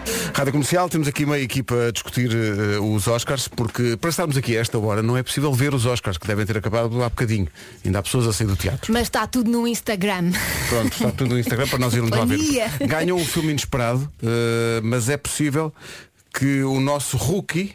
Rádio Comercial, temos aqui meia equipa a discutir os Oscars, porque para estarmos aqui a esta hora não é possível ver os Oscars, que devem ter acabado há bocadinho. Ainda há pessoas a sair do teatro. Mas está tudo no Instagram. Pronto, está tudo no Instagram para nós irmos lá ver. Ganham um filme inesperado, mas é possível que o nosso rookie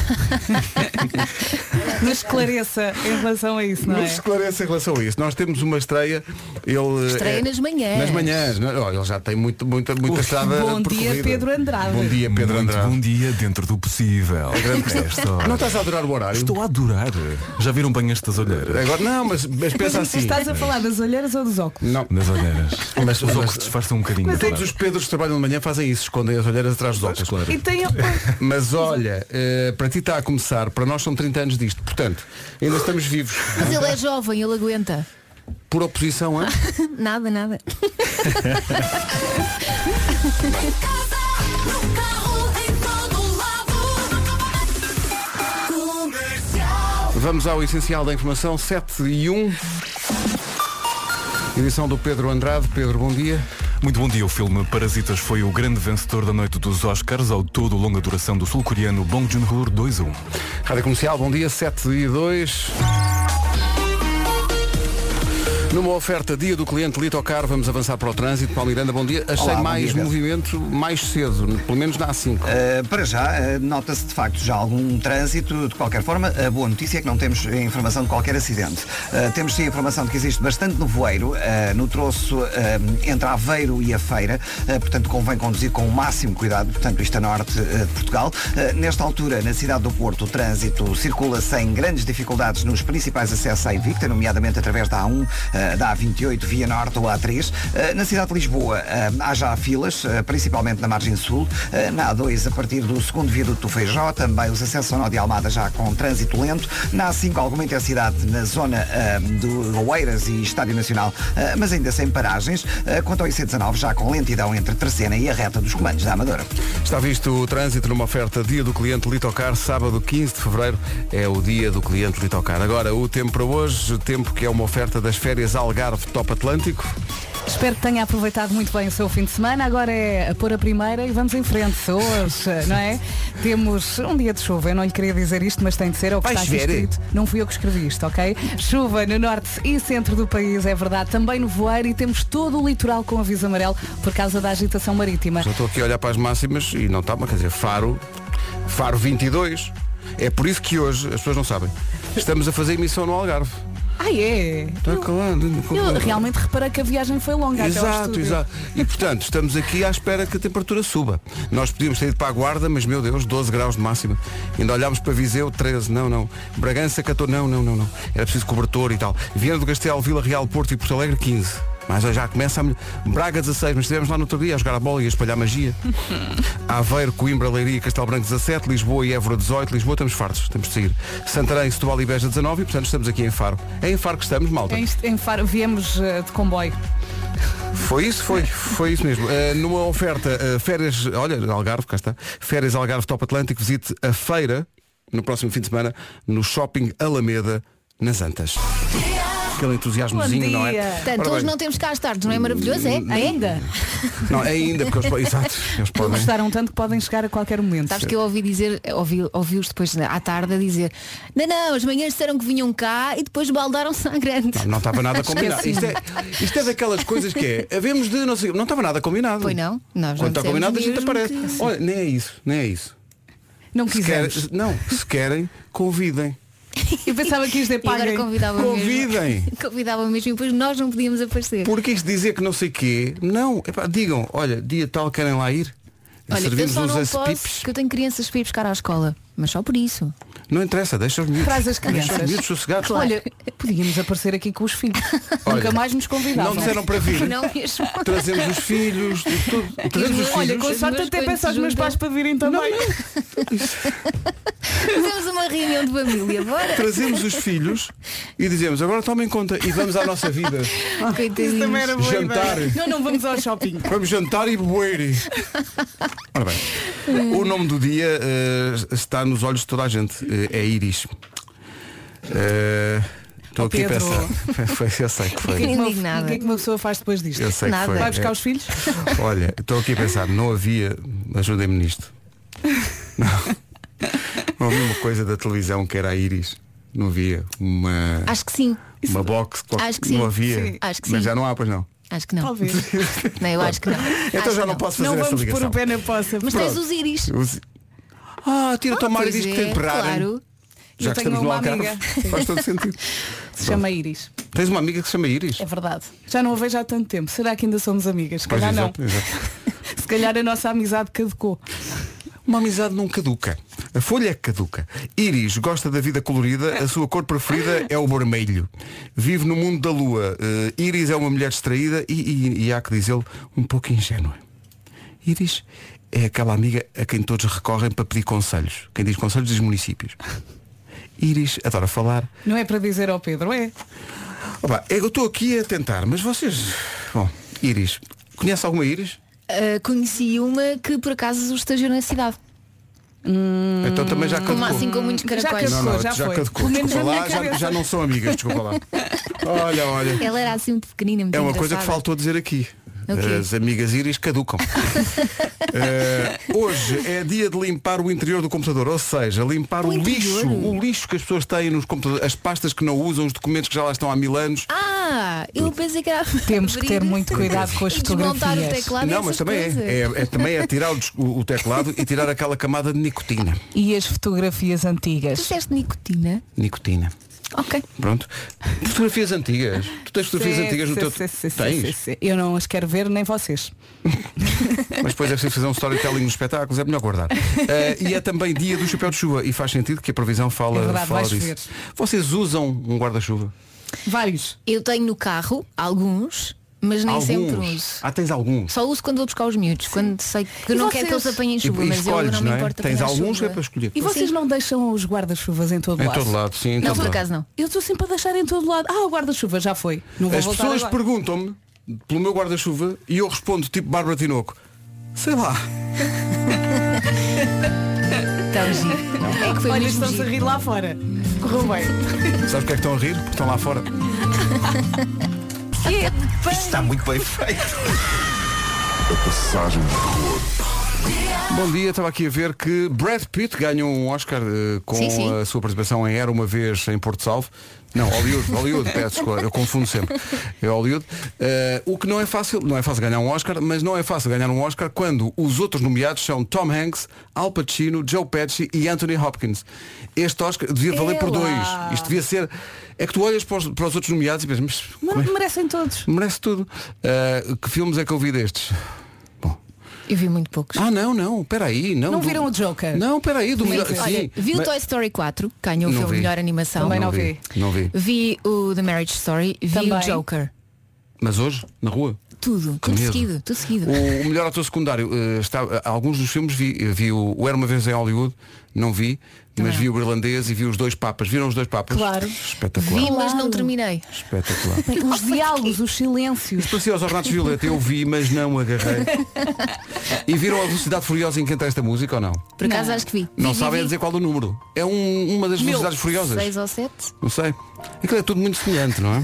nos esclareça em relação a isso, não é? Nos esclareça em relação a isso. Nós temos uma estreia. Estreia nas manhãs. Nas manhãs. Ele já tem muita estrada. Bom dia, Pedro Andrade. Bom dia, Pedro Andrade. Bom dia, dentro do possível. Não estás a adorar o horário? Estou a adorar. Já viram bem estas olheiras? Agora, não, mas pensa assim. Estás a falar das olheiras ou dos óculos? Não. Das olheiras. Mas os óculos disfarçam um bocadinho. Mas todos os Pedros que trabalham de manhã fazem isso, escondem as olheiras atrás dos óculos. Claro. E tem... Mas olha, para ti está a começar, para nós são 30 anos disto, portanto, ainda estamos vivos. Mas ele é jovem, ele aguenta. Por oposição, é? Nada. Vamos ao essencial da informação, 7:01. Edição do Pedro Andrade. Pedro, bom dia. Muito bom dia. O filme Parasitas foi o grande vencedor da noite dos Oscars, ao todo longa duração do sul-coreano Bong Joon-ho, 2-1. Rádio Comercial, bom dia, 7:02. Numa oferta Dia do Cliente Litocar, vamos avançar para o trânsito. Paulo Miranda, bom dia. Achei mais movimento mais cedo, pelo menos na A5. Para já, nota-se de facto já algum trânsito. De qualquer forma, a boa notícia é que não temos informação de qualquer acidente. Temos sim a informação de que existe bastante nevoeiro no troço entre Aveiro e a Feira. Portanto, convém conduzir com o máximo cuidado. Portanto, isto a norte de Portugal. Nesta altura, na cidade do Porto, o trânsito circula sem grandes dificuldades nos principais acessos à Invicta, nomeadamente através da A1, da A28 via Norte ou A3. Na cidade de Lisboa há já filas, principalmente na margem sul. Na A2, a partir do segundo viaduto do Feijó, também os acessos ao Nó de Almada já com trânsito lento. Na A5, alguma intensidade na zona do Oeiras e Estádio Nacional, mas ainda sem paragens. Quanto ao IC19, já com lentidão entre Terceira e a reta dos Comandos da Amadora. Está visto o trânsito numa oferta Dia do Cliente Litocar, sábado 15 de fevereiro é o Dia do Cliente Litocar. Agora, o tempo para hoje, o tempo que é uma oferta das férias Algarve Top Atlântico. Espero que tenha aproveitado muito bem o seu fim de semana. Agora é a pôr a primeira e vamos em frente. Hoje, não é? Temos um dia de chuva. Eu não lhe queria dizer isto, mas tem de ser. É o que está aqui escrito. Não fui eu que escrevi isto, ok? Chuva no norte e centro do país, é verdade. Também no voeiro, e temos todo o litoral com aviso amarelo por causa da agitação marítima. Já estou aqui a olhar para as máximas e não está, mas quer dizer, Faro 22. É por isso que hoje, as pessoas não sabem, estamos a fazer emissão no Algarve. É? Eu realmente reparei que a viagem foi longa. Exato. E portanto, estamos aqui à espera que a temperatura suba. Nós podíamos ter ido para a Guarda, mas meu Deus, 12 graus de máxima. Ainda olhámos para Viseu, 13, não. Bragança, 14, não. Era preciso cobertor e tal. Viana do Castelo, Vila Real, Porto e Porto Alegre, 15. Mas já começa a... Braga 16, mas estivemos lá no outro dia a jogar a bola e a espalhar magia. Aveiro, Coimbra, Leiria e Castelo Branco 17, Lisboa e Évora 18. Lisboa estamos fartos, temos de sair. Santarém, Setúbal e Beja 19 e portanto estamos aqui em Faro. É em Faro que estamos, malta. Em Faro, viemos de comboio. Foi isso mesmo. Numa oferta, férias, olha, Algarve, cá está. Férias Algarve Top Atlântico, visite a feira no próximo fim de semana no Shopping Alameda, nas Antas. Aquele entusiasmozinho, não é? Portanto, hoje não temos cá as tardes, não é maravilhoso? É? Ainda? Não, ainda, porque eles podem. Gostaram tanto que podem chegar a qualquer momento. Sabes que eu ouvi-os depois à tarde a dizer não, as manhãs disseram que vinham cá e depois baldaram-se à grande. Não estava nada combinado. Isto é daquelas coisas que é, havemos de, não sei, não estava nada combinado. Pois não, nós quando está combinado a gente aparece. Olha, nem é isso. Não quisermos. Se querem, convidem. Eu pensava que isto é paguem. Convidava mesmo e depois nós não podíamos aparecer. Porque isto dizer que não sei quê, não, digam, olha, dia tal querem lá ir. Olha, eu só não posso, que eu tenho crianças para ir buscar à escola, mas só por isso. Não interessa, deixa os miúdos. Traz as crianças. Deixa os miúdos sossegados. Claro. Olha, podíamos aparecer aqui com os filhos. Nunca mais nos convidavam. Não disseram para vir. Não mesmo. Trazemos os filhos, tudo. Olha, com sorte até peço aos meus pais para virem também. Fazemos uma reunião de família, bora. Trazemos os filhos e dizemos, agora tomem conta e vamos à nossa vida. Isso também era boa jantar. Ideia. Não vamos ao shopping. Vamos jantar e beber. Ora bem, o nome do dia está nos olhos de toda a gente. É Iris. Estou aqui a pensar. Eu sei que foi. O que é que uma pessoa faz depois disto? Eu sei nada. que foi. Vai buscar os filhos? Olha, estou aqui a pensar, não havia Ajudem-me nisto. Não havia uma coisa da televisão que era a Iris. Não havia uma... Acho que sim. Uma box. Acho que sim. Não havia. Sim. Acho que Mas sim. já não há, pois não. Acho que não. Talvez. Não, eu acho que não. Então Acho já que não posso fazer Não essa vamos ligação. pôr o pé na poça. Mas tens os íris. Tira-te a Mário Pois diz que tem perrar. claro. Já Eu que tenho estamos no uma Algarve. amiga, sim. Faz todo sentido. Se chama Iris. Tens uma amiga que se chama Iris? É verdade. Já não a vejo há tanto tempo. Será que ainda somos amigas? Se Pois, calhar não. exato. Se calhar a nossa amizade caducou. Uma amizade não caduca. A folha é que caduca. Iris gosta da vida colorida. A sua cor preferida é o vermelho. Vive no mundo da lua. Iris é uma mulher distraída e há que dizê-lo, um pouco ingênua. Iris é aquela amiga a quem todos recorrem para pedir conselhos. Quem diz conselhos diz municípios. Iris adora falar. Não é para dizer ao Pedro, é? Opa, eu estou aqui a tentar, mas vocês... Bom, Iris. Conhece alguma Iris? Conheci uma que por acaso estagiou na cidade. Então também já Como caducou. assim com muitos caracóis. caducou. Já foi. caducou. Pelo menos Desculpa na lá, minha cabeça. já não são amigas, desculpa lá. Olha. Ela era assim muito pequenina, muito É uma coisa que engraçada. faltou dizer aqui. Ok. As amigas Iris caducam. Hoje é dia de limpar o interior do computador, ou seja, limpar o interior? lixo que as pessoas têm nos computadores, as pastas que não usam, os documentos que já lá estão há 1000 anos. Eu pensei que era Temos que ter abrir muito cuidado com as e desmontar o fotografias. teclado. Não, mas também também é tirar o teclado e tirar aquela camada de nicotina. E as fotografias Tu antigas. disseste nicotina? Nicotina. Ok. Pronto. Fotografias antigas. Tu tens fotografias antigas no teu... Tens? Sim. Eu não as quero ver, nem vocês. Mas depois é preciso fazer um storytelling nos espetáculos, é melhor guardar. E é também dia do chapéu de chuva e faz sentido que a previsão fala, É verdade, fala vais disso. ver. Vocês usam um guarda-chuva? Vários. Eu tenho no carro alguns, mas nem sempre uso. Tens alguns. Só uso quando vou buscar os miúdos, quando sei que E não vocês? quero que eles apanhem chuva, e mas eu escolhes, não me é? importa Tens apanhar alguns que é chuva. para escolher. E vocês Sim. não deixam os guarda-chuvas em todo Em lado? todo lado, sim. Em Não, todo por lado. acaso não. Eu estou sempre a deixar em todo lado. O guarda-chuva já foi. Não vou As voltar pessoas agora. perguntam-me pelo meu guarda-chuva e eu respondo tipo Bárbara Tinoco. Sei lá. Tão giro. É que foi Olha, mesmo estão-se a giro. rir lá fora. Correu bem. Sabes porque é que estão a rir? Porque estão lá fora. Está muito bem feito. Bom dia, estava aqui a ver que Brad Pitt ganhou um Oscar com Sim, sim. a sua participação em Era Uma Vez em Porto Salvo. Não, Hollywood, peço desculpa, eu confundo sempre. É Hollywood. O que não é fácil ganhar um Oscar, mas não é fácil ganhar um Oscar quando os outros nomeados são Tom Hanks, Al Pacino, Joe Pesci e Anthony Hopkins. Este Oscar devia valer por 2. Isto devia ser... É que tu olhas para os outros nomeados e pensas, mas como é? Merecem todos. Merece tudo. Que filmes é que eu vi destes? Eu vi muito poucos. Não, peraí. Não viram o Joker? Não, peraí. Olha, vi o Toy Story 4, ganhou o Não filme vi. melhor animação. Também não vi. Não vi. Vi o The Marriage Story, vi Também. o Joker. Mas hoje, na rua? Tudo medo. seguido. O melhor ator secundário alguns dos filmes vi o Era Uma Vez em Hollywood, não vi, mas vi o Irlandês e vi os 2 Papas. Viram os 2 Papas? Claro. Espetacular. Vi, mas não terminei. Espetacular. Os diálogos, os silêncios. Parecia aos Ornatos Violeta, eu vi, mas não agarrei. E viram a Velocidade Furiosa em que entra esta música ou não? Por acaso acho que vi. Não Vi, sabem vi. dizer qual o número. É uma das Velocidades Furiosas. 6 ou 7. Não sei. Aquilo é tudo muito semelhante, não é?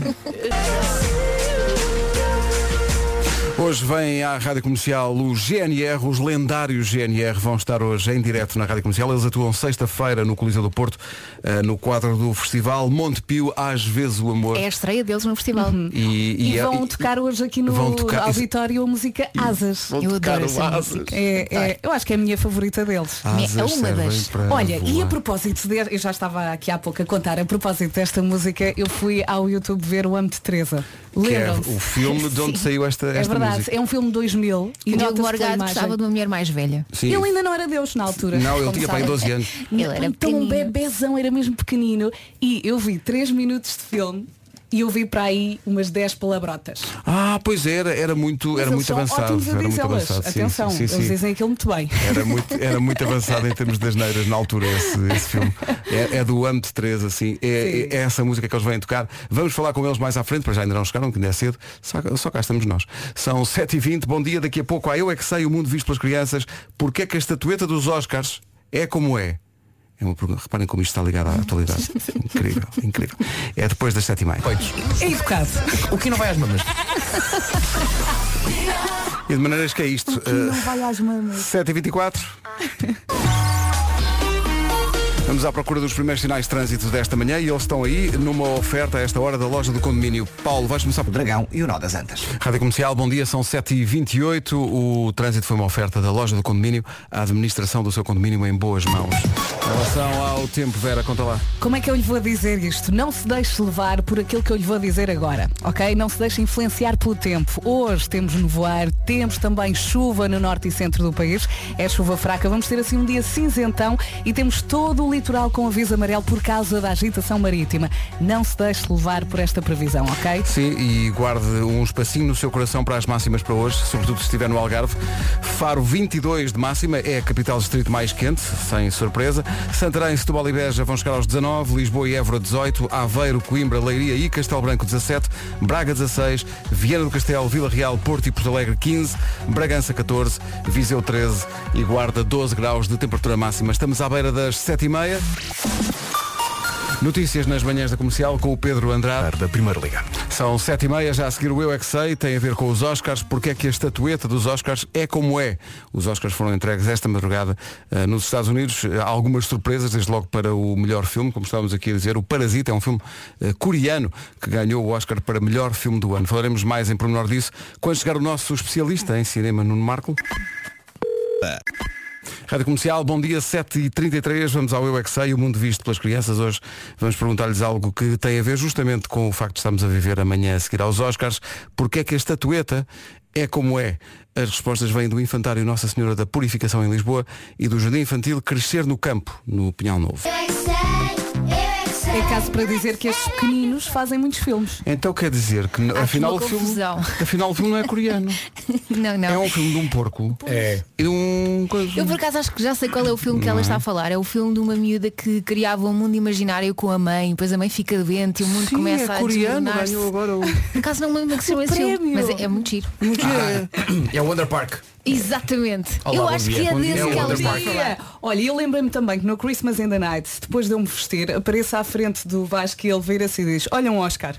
Hoje vem à Rádio Comercial o GNR, os lendários GNR vão estar hoje em direto na Rádio Comercial. Eles atuam sexta-feira no Coliseu do Porto, no quadro do festival Montepio, às vezes o amor. É a estreia deles no festival. E vão tocar hoje aqui no vão tocar- auditório a música Asas. Vão Eu tocar adoro o essa Asas. música. Eu acho que é a minha favorita deles. Asas É uma servem das- para Olha, e voar. a propósito eu já estava aqui há pouco a contar, a propósito desta música, eu fui ao YouTube ver o Amo-te Teresa. Que é Lembram-se? o filme de onde saiu esta É verdade, música. é um filme de 2000 e O Diogo nota-se pela Morgado imagem. gostava de uma mulher mais velha. Sim. Ele ainda não era Deus na altura. Não, ele como tinha para aí sabem. 12 anos. Ele era Então um pequenino. bebezão, era mesmo pequenino. E eu vi 3 minutos de filme e eu vi para aí umas 10 palabrotas. Pois era muito Mas eles são avançado. ótimos a Era muito dizê-las. avançado. Sim, Atenção, sim, sim. eles dizem aquilo muito bem. Era muito avançado em termos das neiras na altura esse filme. É do Amo-te Teresa, assim. É essa música que eles vêm tocar. Vamos falar com eles mais à frente, para já ainda não chegaram, que ainda é cedo. Só cá estamos nós. São 7h20, bom dia, daqui a pouco Eu É Que Sei, o mundo visto pelas crianças. Porque é que a estatueta dos Oscars é como é? É uma pergunta. Reparem como isto está ligado à atualidade. Incrível, incrível. É depois das 7h30. É educado. O que não vai às mamas? E de maneiras que é isto. Não vai às mamas. 7h24. Vamos à procura dos primeiros sinais de trânsito desta manhã e eles estão aí numa oferta a esta hora da loja do condomínio. Paulo, vais começar por Dragão e o Nó das Antas. Rádio Comercial, bom dia, são 7h28. O trânsito foi uma oferta da loja do condomínio, a administração do seu condomínio em boas mãos. Em relação ao tempo, Vera, conta lá. Como é que eu lhe vou dizer isto? Não se deixe levar por aquilo que eu lhe vou dizer agora, ok? Não se deixe influenciar pelo tempo. Hoje temos nevoeiro, temos também chuva no norte e centro do país. É chuva fraca, vamos ter assim um dia cinzentão e temos todo o litoral com aviso amarelo por causa da agitação marítima. Não se deixe levar por esta previsão, ok? Sim, e guarde um espacinho no seu coração para as máximas para hoje, sobretudo se estiver no Algarve. Faro 22 de máxima, é a capital distrito mais quente, sem surpresa. Santarém, Setúbal e Beja vão chegar aos 19, Lisboa e Évora 18, Aveiro, Coimbra, Leiria e Castelo Branco 17, Braga 16, Viana do Castelo, Vila Real, Porto e Porto Alegre 15, Bragança 14, Viseu 13 e Guarda 12 graus de temperatura máxima. Estamos à beira das 7h30. Notícias nas manhãs da Comercial com o Pedro Andrade Da Primeira Liga. São 7h30, já a seguir o Eu É Que Sei, tem a ver com os Oscars, porque é que a estatueta dos Oscars é como é. Os Oscars foram entregues esta madrugada nos Estados Unidos. Há algumas surpresas, desde logo para o melhor filme, como estávamos aqui a dizer. O Parasita é um filme coreano que ganhou o Oscar para melhor filme do ano. Falaremos mais em pormenor disso quando chegar o nosso especialista em cinema, Nuno Marco. Rádio Comercial, bom dia, 7h33, vamos ao Eu É Que Sei, o mundo visto pelas crianças. Hoje vamos perguntar-lhes algo que tem a ver justamente com o facto de estarmos a viver amanhã a seguir aos Oscars. Porque é que a estatueta é como é? As respostas vêm do Infantário Nossa Senhora da Purificação em Lisboa e do Jardim Infantil Crescer no Campo, no Pinhal Novo. É caso para dizer que estes pequeninos fazem muitos filmes. Então quer dizer que afinal o filme não é coreano. Não. É um filme de um porco. É. E de um... Eu por acaso acho que já sei qual é o filme que ela está a falar. É o filme de uma miúda que criava um mundo imaginário com a mãe, depois a mãe fica doente e o mundo começa a coreano, desmoronar-se. ganhou agora o... Por acaso não me lembro que se chama esse filme, mas é muito giro. É o Wonder Park. Exatamente. Olá, eu bom acho dia. que é Bom dia. desse É o que ela Wonder está a Park. falar. Olha, eu lembrei-me também que no Christmas in the Night, depois de eu me vestir, apareça à frente do Vasco e ele vira-se e diz: olha um Oscar.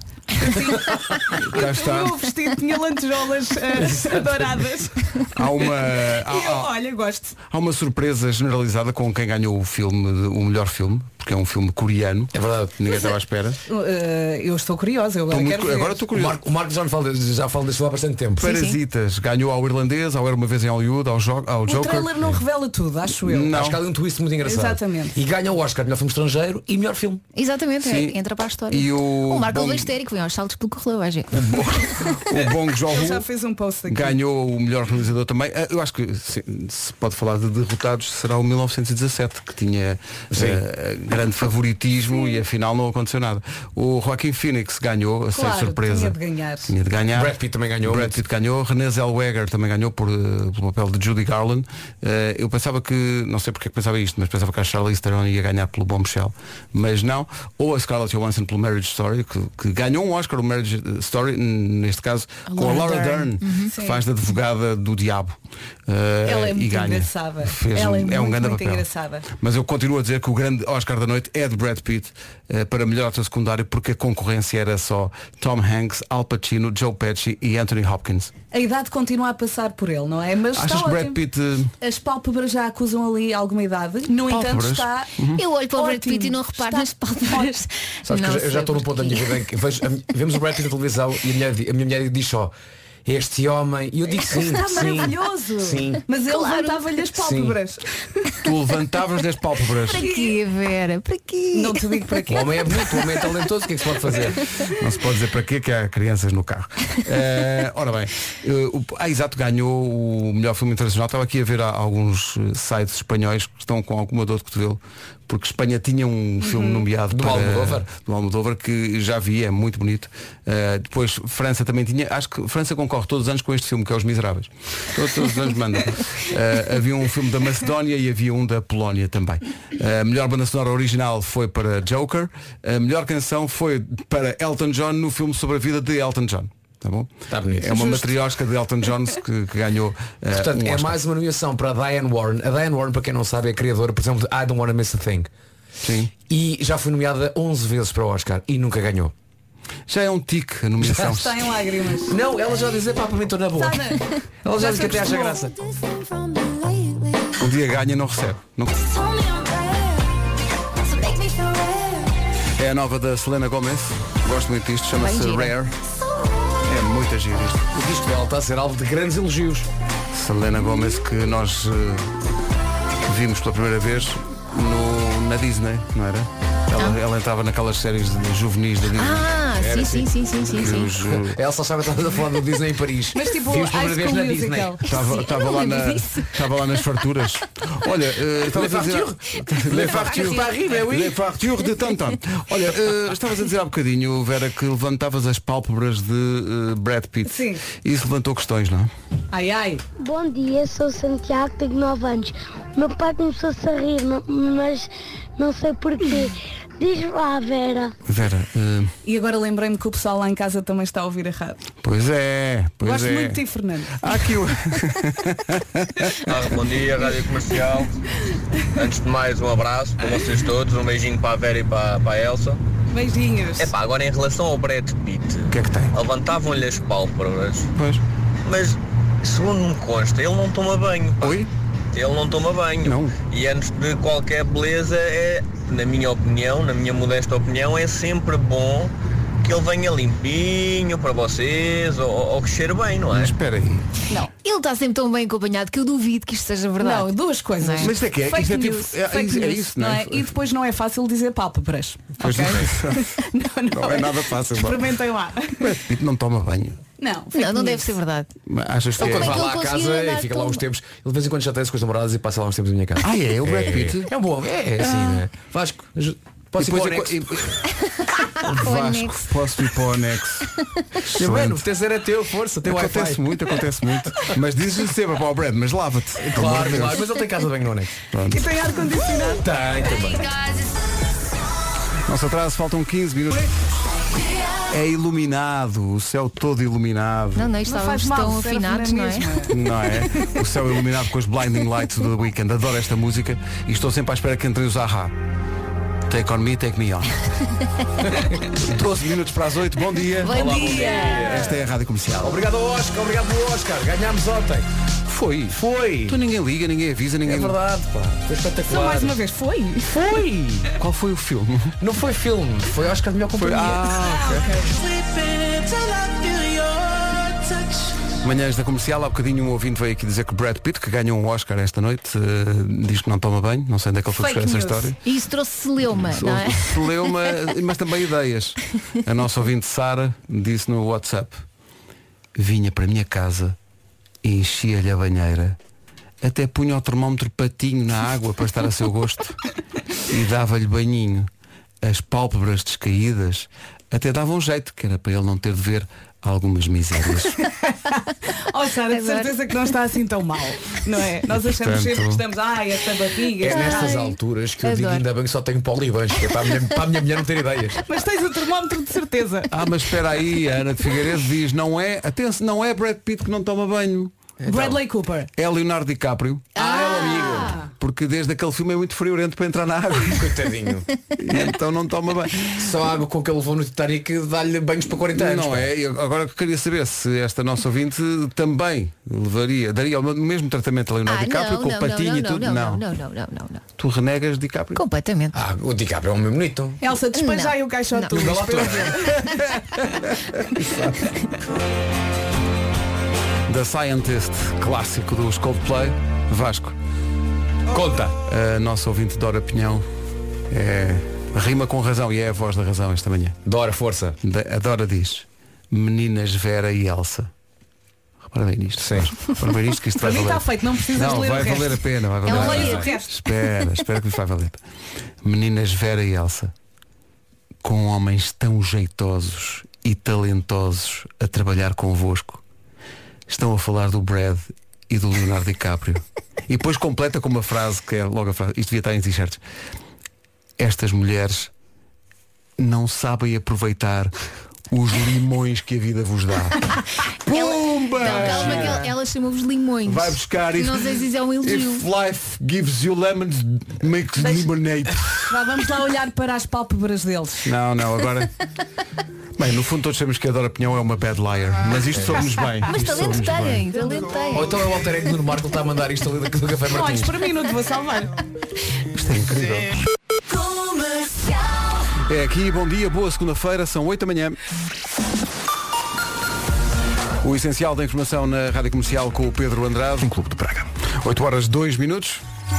Cá está. O meu vestido tinha lantejoulas douradas. Há uma... E eu, olha, gosto. Há uma surpresa generalizada com quem ganhou o filme, o melhor filme, porque é um filme coreano. É verdade. Ninguém estava à espera. Eu estou curiosa, eu agora quero ver. Agora estou curioso. O Marco já fala deste filme há bastante tempo. Parasitas ganhou ao Irlandês, ao Era Uma Vez em Hollywood, ao O Joker. trailer não revela tudo, acho eu. Não. Acho que há ali um twist muito engraçado. Exatamente. E ganha o Oscar, melhor filme estrangeiro e melhor filme. Exatamente, Sim. entra para a história. E o Marco Bong- é histérico, vem aos saltos pelo corredor, vai ver. O Bong Ele já Joon-ho fez um post aqui. ganhou o melhor realizador também. Eu acho que se pode falar de derrotados, será o 1917, que tinha grande favoritismo e afinal não aconteceu nada. O Joaquin Phoenix ganhou, sem Claro, surpresa. tinha de ganhar. Brad Pitt também ganhou. Brad Pitt ganhou, Renée Zellweger também ganhou pelo papel de Judy Garland. Eu pensava que, não sei porque é que pensava isto, mas pensava que a Charlize Theron ia ganhar pelo Bombshell, mas não. Ou a Scarlett Johansson pelo Marriage Story, que ganhou um Oscar, o Marriage Story, neste caso, com a Laura Dern, que faz da advogada do diabo. Ela é e muito ganha. engraçada. Fez Ela é um grande muito papel. engraçada. Mas eu continuo a dizer que o grande Oscar da noite é de Brad Pitt para melhor ator secundário, porque a concorrência era só Tom Hanks, Al Pacino, Joe Pesci e Anthony Hopkins. A idade continua a passar por ele, não é? Mas Achas está que Brad ótimo. Pitt... As pálpebras já acusam ali alguma idade. No entanto Pálpebras? está. Eu olho para o Brad Ótimo. Pitt e não reparo Está nas pálpebras. Sabes Não que eu sei já estou no ponto da minha porquê. vida em que vemos o Brad Pitt na televisão e a minha mulher diz só: este homem, e eu digo sim, Está sim, maravilhoso. sim. Mas ele Claro. levantava-lhe as pálpebras. Tu levantavas das pálpebras. Para quê, Vera? Para quê? Não te digo para quê. O homem é bonito, o homem é talentoso, o que é que se pode fazer? Não se pode dizer para quê, que há crianças no carro. Ora bem, exato, ganhou o melhor filme internacional. Estava aqui a ver alguns sites espanhóis que estão com alguma dor de cotovelo, porque Espanha tinha um filme nomeado Do para Almodóvar. do Almodóvar, que já vi, é muito bonito. Depois França também tinha, acho que França concorre todos os anos com este filme, que é Os Miseráveis. Todos os anos mandam. Havia um filme da Macedónia e havia um da Polónia também. A melhor banda sonora original foi para Joker. A melhor canção foi para Elton John no filme sobre a vida de Elton John. Tá bom? Está bonito. É uma Justo. matriosca de Elton John que ganhou Portanto, um é Oscar. mais uma nomeação para a Diane Warren. A Diane Warren, para quem não sabe, é criadora, por exemplo, de I Don't Wanna Miss a Thing. Sim. E já foi nomeada 11 vezes para o Oscar e nunca ganhou. Já é um tique a nomeação. Está em lágrimas. Não, ela já diz, pá, para mim estou na boa. Ela já diz que até acha graça. Um dia ganha, não recebe. Não... É a nova da Selena Gomez. Gosto muito disto, chama-se Rare. É muito giro isto. O disco dela está a ser alvo de grandes elogios. Selena Gomez, que nós vimos pela primeira vez na Disney, não era? Ela entrava naquelas séries de juvenis da Disney. Sim. Ela só sabe que estava a falar do Disney em Paris. Mas tipo, vimos pela primeira vez na Disney. Estava lá nas farturas. Olha, estavas a dizer Les fartures de Tantan. Olha, estavas a dizer há bocadinho, Vera, que levantavas as pálpebras de Brad Pitt. Sim. E isso levantou questões, não é? Ai. Bom dia, sou Santiago, tenho 9 anos. O meu pai começou-se a rir, mas não sei porquê. Diz lá, Vera. Vera, E agora lembrei-me que o pessoal lá em casa também está a ouvir errado. pois é. Gosto muito de ti, Fernando. Há aqui o... Bom dia, Rádio Comercial. Antes de mais, um abraço para vocês todos, um beijinho para a Vera e para a Elsa. Beijinhos. Agora em relação ao Brad Pitt, O que é que tem? levantavam-lhe as pálpebras, Pois. mas segundo me consta, ele não toma banho. Oi? Ele não toma banho. Não. E antes de qualquer beleza, na minha opinião, na minha modesta opinião, é sempre bom que ele venha limpinho para vocês, ou que cheire bem, não é? Mas espera aí. Não. Ele está sempre tão bem acompanhado que eu duvido que isto seja verdade. Não, duas coisas. Não é? Mas isto é que é? Fake Isto é tipo- news, é- fake é news, isso, não é? E depois não é fácil dizer pálpebras. Pois Ok? não. Não é nada fácil. Experimentem lá. Brad Pitt não toma banho. Não, Não deve ser verdade. Mas achas que Ele é? quando vai que lá ele à conseguiu casa e andar fica lá tão- uns tempos. Ele de vez em quando chateia-se com as namoradas e passa lá uns tempos na minha casa. Ah, é? O Brad Pitt? É um bom, é assim, né? Vasco, posso ir para o anexo? Vasco, posso ir para o anexo. Mano, o terceiro é teu, força, teu Acontece Wi-Fi. muito. Mas dizes-lhe sempre para o Brad, mas lava-te. Pelo amor Claro, de Deus. claro, mas ele tem casa de banho no anexo. E tem ar-condicionado. Tem também. Nosso atraso, faltam 15 minutos. É iluminado, o céu todo iluminado. Não, Não estávamos faz mal, tão serve afinados, na não é? mesma. Não é? O céu iluminado com as blinding lights do The Weeknd. Adoro esta música e estou sempre à espera que entrem os Ahá. Take on me, take me on. 12 minutos para as 8, bom dia. Bom dia. Esta é a Rádio Comercial. Obrigado ao Oscar, obrigado ao Oscar. Ganhámos ontem. Foi. Foi. Tu ninguém liga, ninguém avisa, ninguém... É verdade, pá. Foi Só espetacular. mais uma vez, foi? Foi. Qual foi o filme? Não foi filme, foi Oscar de melhor companhia. Manhãs da Comercial, há bocadinho um ouvinte veio aqui dizer que Brad Pitt, que ganhou um Oscar esta noite, diz que não toma banho, não sei onde é que ele foi Fake buscar essa news. história. E isso trouxe celeuma, não é? Celeuma, mas também ideias. A nossa ouvinte Sara disse no WhatsApp: vinha para a minha casa e enchia-lhe a banheira, até punha o termómetro patinho na água para estar a seu gosto e dava-lhe banhinho. As pálpebras descaídas até davam um jeito, que era para ele não ter de ver algumas misérias. Oh, Sara, de certeza que não está assim tão mal, não é? Nós achamos sempre que estamos, esta barriga. É nestas ai. alturas que eu Adoro. digo ainda bem que só tenho polibanhos, que é para a minha mulher não ter ideias. Mas tens o termómetro de certeza. Mas espera aí, a Ana de Figueiredo diz, não é Brad Pitt que não toma banho, Bradley Cooper. é Leonardo DiCaprio. É o amigo. Porque desde aquele filme é muito friorento para entrar na água. Coitadinho. E então não toma banho. Só a água com que ele levou no Titanic dá-lhe banhos para 40 anos. Não pá. é? E agora que queria saber se esta nossa ouvinte também daria o mesmo tratamento a Leonardo DiCaprio, com o patinho e tudo. Não. Tu renegas DiCaprio? Completamente. O DiCaprio é um homem bonito. Elsa, despeja aí o caixote do Não. lixo para eu ver. The Scientist, clássico dos Coldplay. Vasco, Conta. a nossa ouvinte Dora Pinhão rima com razão e é a voz da razão esta manhã. Dora, força. A Dora diz: meninas Vera e Elsa. Repara bem nisto. Sim. Repara bem nisto que isto vai Para mim valer. está feito, não precisas Não, ler vai o resto. valer a pena. Vai valer Ela a leia pena. o resto. Espera que isto vai valer. Meninas Vera e Elsa, com homens tão jeitosos e talentosos a trabalhar convosco, estão a falar do Brad e do Leonardo DiCaprio. E depois completa com uma frase que é logo a frase. Isto devia estar em t-shirts. Estas mulheres não sabem aproveitar os limões que a vida vos dá. Pumba! Não, calma que ela chamou-vos limões. Vai buscar isso. Não sei se isso é um elogio. If life gives you lemons, makes lemonade. Vamos lá olhar para as pálpebras deles. Não, agora Bem, no fundo todos sabemos que a Dora Pinhão é uma bad liar, mas isto somos bem. Mas Isto talento somos bem. tem, talento tem. Ou então é o alter ego do Nuno Marco que está a mandar isto ali do Café Martins. Olha, para mim não te vou salvar. Isto é incrível. É aqui, bom dia, boa segunda-feira, são 8 da manhã. O essencial da informação na Rádio Comercial com o Pedro Andrade, um Clube de Praga. 8 horas 2 minutos.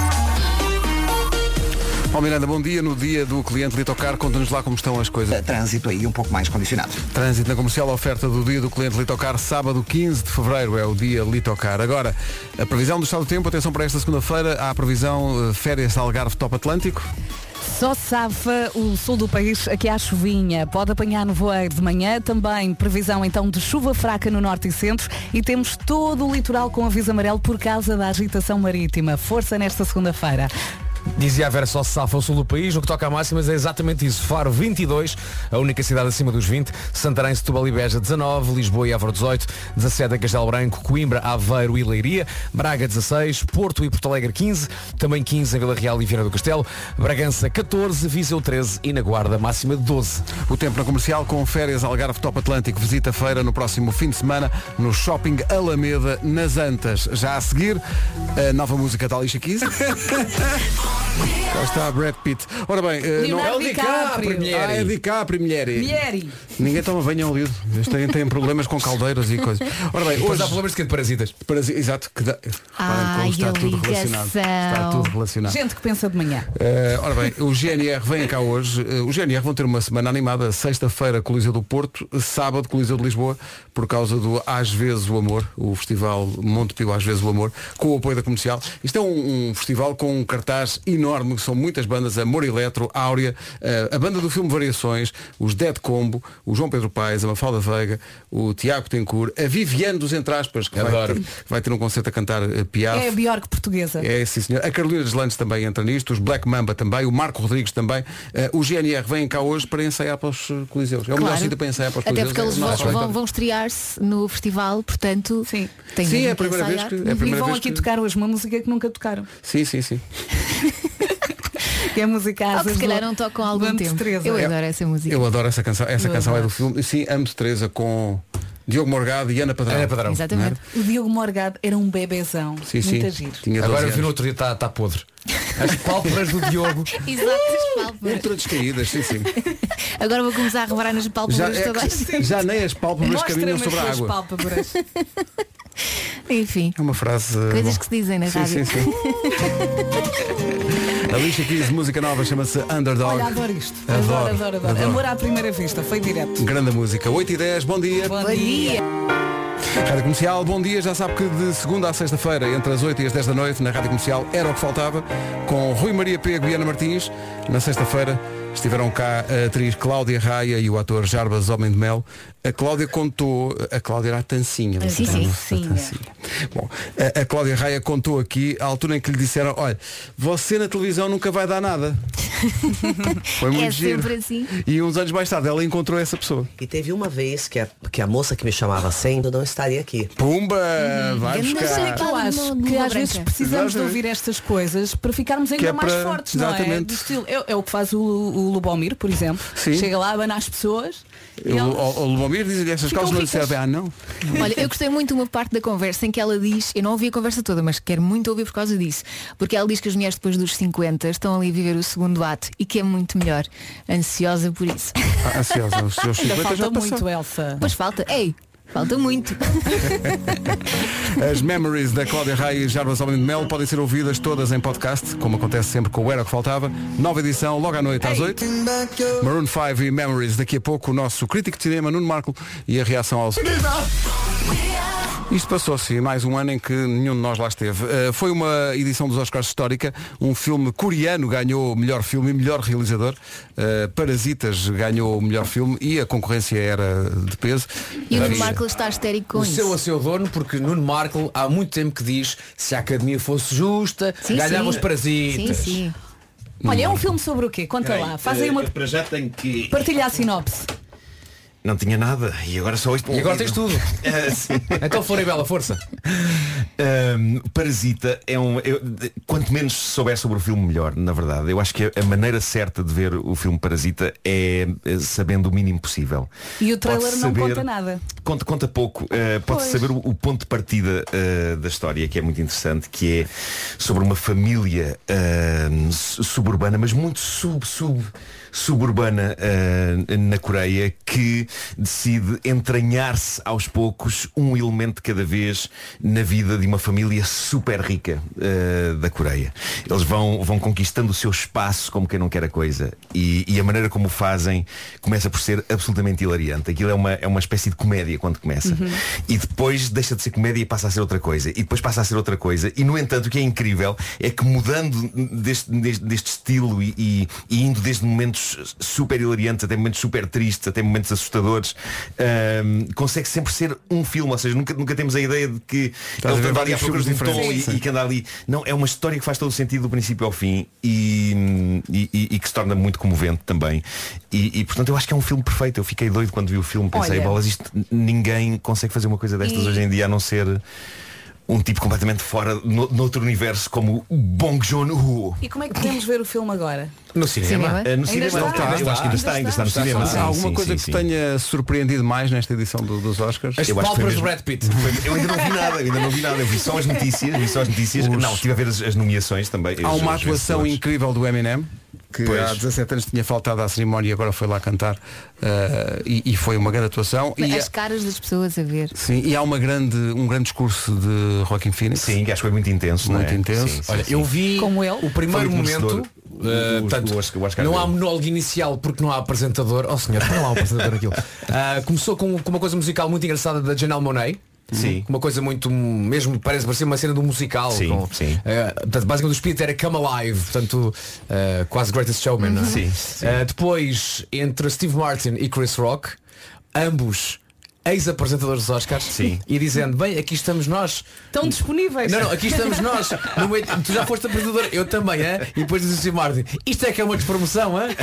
Paulo Miranda, bom dia. No dia do cliente Litocar, conta-nos lá como estão as coisas. Trânsito aí um pouco mais condicionado. Trânsito na Comercial, oferta do dia do cliente Litocar, sábado 15 de fevereiro é o dia Litocar. Agora, a previsão do estado do tempo, atenção para esta segunda-feira, há a previsão férias Algarve Top Atlântico. Só safa o sul do país, aqui há chuvinha. Pode apanhar nevoeiro de manhã. Também previsão então de chuva fraca no norte e centro. E temos todo o litoral com aviso amarelo por causa da agitação marítima. Força nesta segunda-feira. Dizia a Vera, só se safa o sul do país. No que toca a máximas é exatamente isso. Faro 22, a única cidade acima dos 20. Santarém, Setúbal e Beja 19, Lisboa e Évora 18, 17 em Castelo Branco, Coimbra, Aveiro e Leiria, Braga 16, Porto e Porto Alegre 15, também 15 em Vila Real e Viana do Castelo, Bragança 14, Viseu 13 e na Guarda máxima de 12. O tempo na Comercial com férias Algarve Top Atlântico. Visita a feira no próximo fim de semana no Shopping Alameda, nas Antas. Já a seguir, a nova música da Alicia Keys. Cá está Brad Pitt. Ora bem, Leonardo DiCaprio. É DiCaprio, Mieri. Mieri. Ninguém toma banho ao lido. Eles têm problemas com caldeiras e coisas. Ora bem, Depois hoje há problemas de parasitas. Exato, que dá... Ai, está tudo relacionado. Está tudo relacionado. Gente que pensa de manhã. Ora bem, o GNR vem cá hoje. O GNR vão ter uma semana animada. Sexta-feira, Coliseu do Porto. Sábado, Coliseu de Lisboa, por causa do Às Vezes o Amor, o festival Montepio Às Vezes o Amor, com o apoio da Comercial. Isto é um festival com um cartaz enorme, que são muitas bandas, Amor Eletro, Áurea, a banda do filme Variações, os Dead Combo, o João Pedro Paes, a Mafalda Veiga, o Tiago Tencourt, a Viviane dos Entre Aspas, que vai ter um concerto a cantar Piaf. É a Bjork portuguesa. É, sim senhor. A Carolina Deslandes também entra nisto, os Black Mamba também, o Marco Rodrigues também. O GNR vem cá hoje para ensaiar para os Coliseus. É o melhor sítio para ensaiar para os Até Coliseus. porque eles vão estrear-se no festival, portanto, sim, é a primeira vez que... E vão aqui tocar hoje uma música que nunca tocaram. Sim. Que é música que se calhar não tocam há algum tempo. Eu adoro essa música. Eu adoro essa canção. Essa canção é do filme. Sim, Amo-te Teresa, com Diogo Morgado e Ana Padrão. Exatamente. O Diogo Morgado era um bebezão. Sim. Muito giro. Agora eu vi no outro dia, está podre. As pálpebras do Diogo. Exato, as pálpebras. Ultra descaídas, sim. Agora vou começar a reparar nas pálpebras todas. Já nem as pálpebras caminham sobre a água. Pálpebras. Enfim. É uma frase. Coisas que se dizem na rádio. Sim. A Alicia Keys, música nova, chama-se Underdog. Olha, adoro isto. Adoro. Amor à primeira vista, foi direto. Grande música. 8h10, bom dia. Bom dia. Rádio Comercial, bom dia. Já sabe que de segunda à sexta-feira, entre as 8 e as 10 da noite, na Rádio Comercial, Era o que Faltava, com Rui Maria Pego e Ana Martins. Na sexta-feira estiveram cá a atriz Cláudia Raia e o ator Jarbas Homem de Mel. A Cláudia era a Tancinha. Sim. Bom, a Cláudia Raia contou aqui a altura em que lhe disseram: olha, você na televisão nunca vai dar nada. Foi muito giro. Sempre assim. E uns anos mais tarde ela encontrou essa pessoa. E teve uma vez que a moça que me chamava sendo não estaria aqui. Pumba! Vai buscar. Eu acho que às vezes precisamos de ouvir estas coisas para ficarmos ainda mais fortes, não é? Do estilo. É o que faz o Lubomir, por exemplo. Sim. Chega lá, abana as pessoas. O Lubomir diz-lhe essas coisas não lhe servem. Não. Olha, eu gostei muito de uma parte da conversa em que ela diz, eu não ouvi a conversa toda, mas quero muito ouvir por causa disso, porque ela diz que as mulheres depois dos 50 estão ali a viver o segundo ato e que é muito melhor. Ansiosa por isso. Ansiosa, os seus 50 falta já passou. muito, Elsa. Pois falta. Falta muito. As Memories da Cláudia Raia e Jarbas Homem de Mel podem ser ouvidas todas em podcast, como acontece sempre com o Era o que Faltava. Nova edição, logo à noite às 8. Maroon 5 e Memories. Daqui a pouco o nosso crítico de cinema, Nuno Marco, e a reação aos... Isto passou-se mais um ano em que nenhum de nós lá esteve. Foi uma edição dos Oscars histórica. Um filme coreano ganhou o melhor filme e melhor realizador. Parasitas ganhou o melhor filme e a concorrência era de peso. E o Nuno Marco está histérico com o isso. Seu a seu dono, porque Nuno Marco há muito tempo que diz: se a academia fosse justa, ganhava os Parasitas. Sim. Olha, é um filme sobre o quê? Conta lá. Faz aí uma... Para já tenho que... Partilha a sinopse. Não tinha nada. E agora só isto. E agora tens tudo. Então Floribela, força. Parasita é quanto menos souber sobre o filme, melhor, na verdade. Eu acho que a maneira certa de ver o filme Parasita é sabendo o mínimo possível. E o trailer não conta nada. Conta pouco. Pode-se saber o ponto de partida da história, que é muito interessante, que é sobre uma família suburbana, mas muito suburbana na Coreia, que decide entranhar-se aos poucos um elemento de cada vez na vida de uma família super rica da Coreia. Eles vão conquistando o seu espaço como quem não quer a coisa, e a maneira como o fazem começa por ser absolutamente hilariante. Aquilo é uma espécie de comédia quando começa, e depois deixa de ser comédia e passa a ser outra coisa, e depois passa a ser outra coisa, e no entanto o que é incrível é que mudando deste estilo e indo desde momentos super hilariantes até momentos super tristes, até momentos assustadores, consegue sempre ser um filme, ou seja, nunca temos a ideia de que ele anda ali à procura de um tom e que anda ali. Não, é uma história que faz todo o sentido do princípio ao fim e que se torna muito comovente também. E portanto eu acho que é um filme perfeito. Eu fiquei doido quando vi o filme, pensei, bolas, isto ninguém consegue fazer uma coisa destas hoje em dia, a não ser um tipo completamente fora, noutro universo, como o Bong Joon-ho. E como é que podemos ver o filme agora? No cinema? No cinema. Eu acho que ainda está no cinema. Há alguma coisa que te tenha surpreendido mais nesta edição dos Oscars? As pálpebras do Brad Pitt. Eu ainda não vi nada. Eu vi só as notícias. Não, estive a ver as nomeações também. Há uma atuação incrível do Eminem, que há 17 anos tinha faltado à cerimónia e agora foi lá cantar, e foi uma grande atuação. As caras das pessoas a ver. Sim, e há um grande discurso de Joaquin Phoenix. Sim, que acho que foi muito intenso. Muito intenso. Sim, Olha, eu vi como ele. O primeiro momento. Não há monólogo inicial porque não há apresentador. Oh senhor, não há um apresentador naquilo. Começou com uma coisa musical muito engraçada da Janelle Monáe. Sim. Uma coisa muito, mesmo parece parecer uma cena de um musical. Sim, sim. Portanto, basicamente o espírito era Come Alive, portanto, quase Greatest Showman, não é? Sim. Depois, entre Steve Martin e Chris Rock, ambos ex-apresentadores dos Oscars, sim, e dizendo, bem, aqui estamos nós. Estão disponíveis. Não, aqui estamos nós. No meio, tu já foste apresentador, eu também, hein? E depois diz o Steve Martin, isto é que é uma despromoção, hein?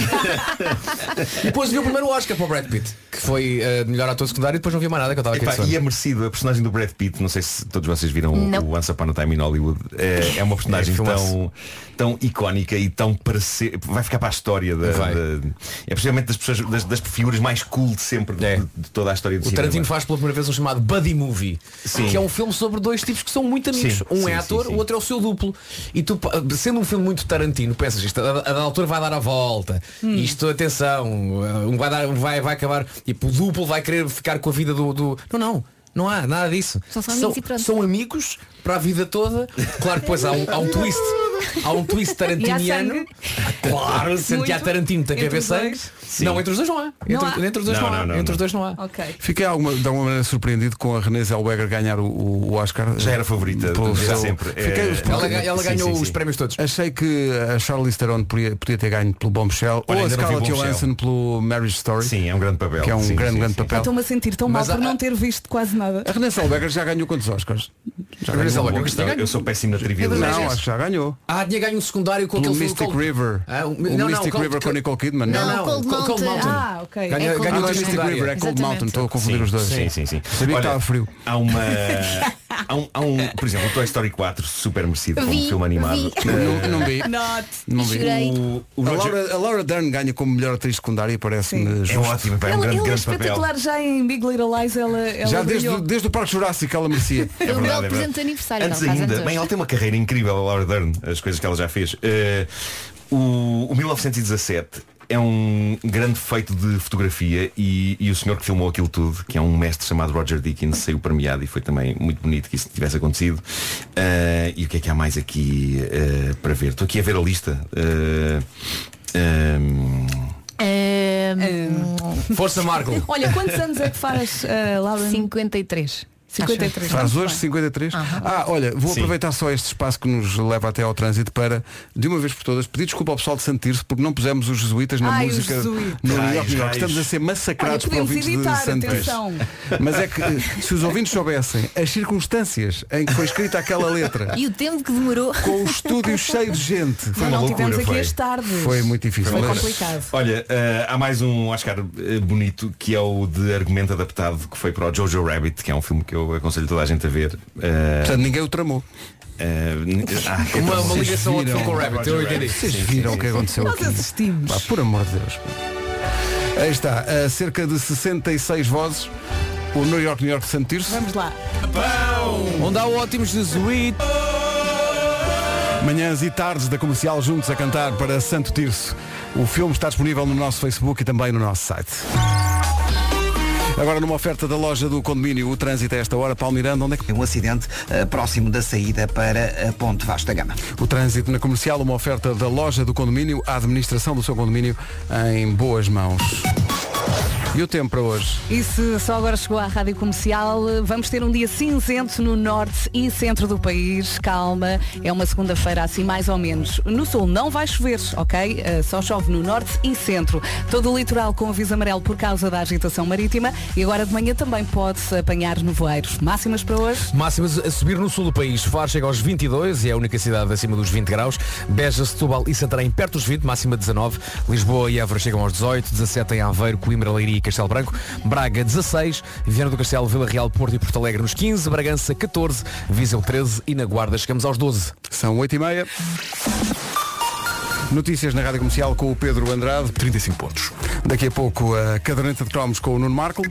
E depois viu o primeiro Oscar para o Brad Pitt, que foi melhor ator secundário, e depois não vi mais nada que eu estava aqui. E é merecido, a personagem do Brad Pitt, não sei se todos vocês viram o Once Upon a Time in Hollywood, é uma personagem tão icónica e tão vai ficar para a história é precisamente das pessoas, das figuras mais cool de sempre de toda a história de cinema. O Tarantino faz pela primeira vez um chamado Buddy Movie, que é um filme sobre dois tipos que são muito amigos. Um é ator, o outro é o seu duplo. E tu, sendo um filme muito Tarantino, pensas, isto a da altura vai dar a volta. Isto, atenção, vai acabar. Tipo, o duplo vai querer ficar com a vida do. Não há nada disso. São amigos para a vida toda. Claro que depois há um twist. Há um twist tarantiniano. Claro, sendo que há Tarantino tem que haver sangue. Não, entre os dois não há. Entre os dois não há. Okay. Fiquei de alguma maneira surpreendido com a Renée Zellweger ganhar o Oscar. Já era favorita desde sempre. Ela ganhou os prémios todos. Achei que a Charlize Theron podia ter ganho pelo Bombshell, ou a Scarlett Johansson pelo Marriage Story. Sim, é um grande papel. Que é um grande papel. Estou-me a sentir tão mal por não ter visto quase nada. A Renée Zellweger já ganhou quantos Oscars? Eu sou péssimo na trivia. Não, acho que já ganhou. Tinha ganho um secundário com aquele Mystic River. O Mystic River com Nicole Kidman. Não, Cold Mountain. Ok. Ganhou Mystic River, é Cold Mountain. Estou a confundir os dois. Sim. Sabia que estava frio. Há por exemplo, o Toy Story 4 super merecido como um filme animado. Não vi. Não vi. A Laura Dern ganha como melhor atriz secundária, parece-me é ótimo, é um grande é espetacular papel. Já em Big Little Lies ela já desde o Parque Jurássico ela merecia. É um belo presente de aniversário. Antes ainda, bem, ela tem uma carreira incrível, a Laura Dern, as coisas que ela já fez. O 1917 é um grande feito de fotografia e o senhor que filmou aquilo tudo, que é um mestre chamado Roger Deakins, saiu premiado e foi também muito bonito que isso tivesse acontecido. E o que é que há mais aqui para ver? Estou aqui a ver a lista. Força, Marco. Olha, quantos anos é que faz Laura? 53. 53. Faz hoje 53. Olha, vou aproveitar só este espaço que nos leva até ao trânsito para, de uma vez por todas, pedir desculpa ao pessoal de Santo Tirso porque não pusemos os jesuítas na música no New York. Estamos a ser massacrados por ouvintes de Santo Tirso. Mas é que se os ouvintes soubessem as circunstâncias em que foi escrita aquela letra e o tempo que demorou, com o estúdio cheio de gente, foi uma loucura. Tivemos aqui as tardes. Foi muito difícil. Foi complicado. Olha, há mais um Oscar bonito que é o de argumento adaptado, que foi para o Jojo Rabbit, que é um filme que eu aconselho toda a gente a ver. Portanto, ninguém o tramou. Uma ligação ao filme com o Rabbit. Eu entendi. Vocês viram o que aconteceu aqui? Nós assistimos. Por amor de Deus. Aí está, a cerca de 66 vozes, o New York de Santo Tirso. Vamos lá. Onde há ótimos jesuítas. Manhãs e tardes da Comercial juntos a cantar para Santo Tirso. O filme está disponível no nosso Facebook e também no nosso site. Agora numa oferta da loja do condomínio, o trânsito a esta hora. Paulo Miranda, onde é que... Um acidente próximo da saída para a Ponte Vasta Gama. O trânsito na Comercial, uma oferta da loja do condomínio, a administração do seu condomínio em boas mãos. E o tempo para hoje? E se só agora chegou à Rádio Comercial, vamos ter um dia cinzento no norte e centro do país. Calma, é uma segunda-feira assim mais ou menos. No sul não vai chover, ok? Só chove no norte e centro. Todo o litoral com aviso amarelo por causa da agitação marítima. E agora de manhã também pode-se apanhar nevoeiros. Máximas para hoje? Máximas a subir no sul do país. Faro chega aos 22 e é a única cidade acima dos 20 graus. Beja, Setúbal e Santarém perto dos 20, máxima 19. Lisboa e Évora chegam aos 18, 17 em Aveiro, Coimbra, Leiria e Castelo Branco. Braga 16, Viana do Castelo, Vila Real, Porto e Porto Alegre nos 15, Bragança 14, Viseu 13 e na Guarda chegamos aos 12. São 8h30. Notícias na Rádio Comercial com o Pedro Andrade. 35 pontos. Daqui a pouco a caderneta de cromos com o Nuno Marco.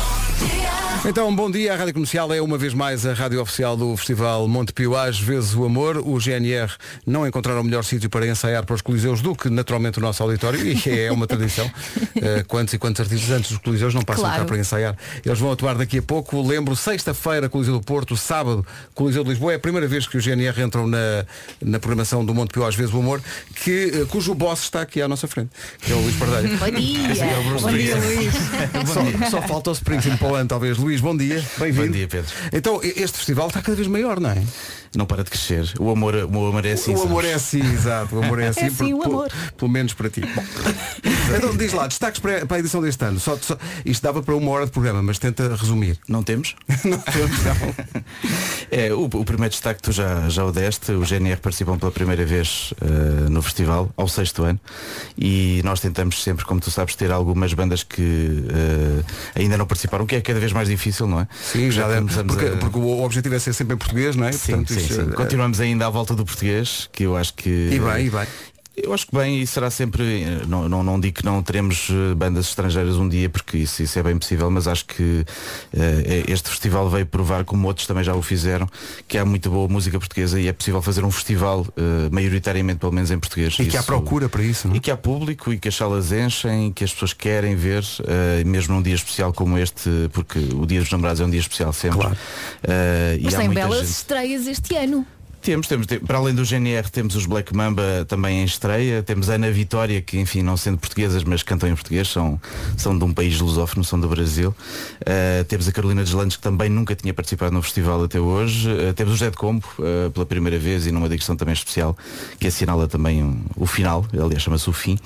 Então, bom dia. A Rádio Comercial é uma vez mais a rádio oficial do Festival Montepio Às Vezes o Amor. O GNR não encontraram o melhor sítio para ensaiar para os Coliseus do que naturalmente o nosso auditório, e é uma tradição. Quantos e quantos artistas antes dos Coliseus não passam cá para ensaiar. Eles vão atuar daqui a pouco. Lembro, sexta-feira Coliseu do Porto, sábado Coliseu de Lisboa. É a primeira vez que o GNR entram na programação do Montepio Às Vezes o Amor, cujo boss está aqui à nossa frente, que é o Luís Pardeiro. Bom dia. Bom dia, Luís. Só falta o Springsteen para o ano, talvez. Luís, bom dia. Bem-vindo. Bom dia, Pedro. Então, este festival está cada vez maior, não é? Não para de crescer. O amor é assim. O amor é assim, exato. O amor é assim, é assim, o amor. Pelo menos para ti. Bom. Então diz lá, destaques para a edição deste ano. Isto dava para 1 hora de programa, mas tenta resumir. Não temos? Não temos, não. O primeiro destaque tu já o deste. O GNR participam pela primeira vez no festival, ao 6º ano, e nós tentamos sempre, como tu sabes, ter algumas bandas que ainda não participaram, o que é cada vez mais difícil, não é? Sim, já porque o objetivo é ser sempre em português, não é? Sim, portanto, sim. Continuamos ainda à volta do português, que eu acho que... E bem. Eu acho que bem, e será sempre, não digo que não teremos bandas estrangeiras um dia, porque isso é bem possível, mas acho que este festival veio provar, como outros também já o fizeram, que há muita boa música portuguesa e é possível fazer um festival maioritariamente, pelo menos em português. E que há procura para isso, não? E que há público e que as salas enchem, que as pessoas querem ver, mesmo num dia especial como este, porque o Dia dos Namorados é um dia especial sempre. Claro. Mas tem belas estreias este ano. Temos, para além do GNR temos os Black Mamba também em estreia, temos a Ana Vitória, que enfim, não sendo portuguesas, mas cantam em português, são de um país lusófono, são do Brasil. Temos a Carolina Deslandes, que também nunca tinha participado no festival até hoje. Temos o Zé de Combo, pela primeira vez, e numa digressão também especial, que assinala também o final, aliás chama-se o fim.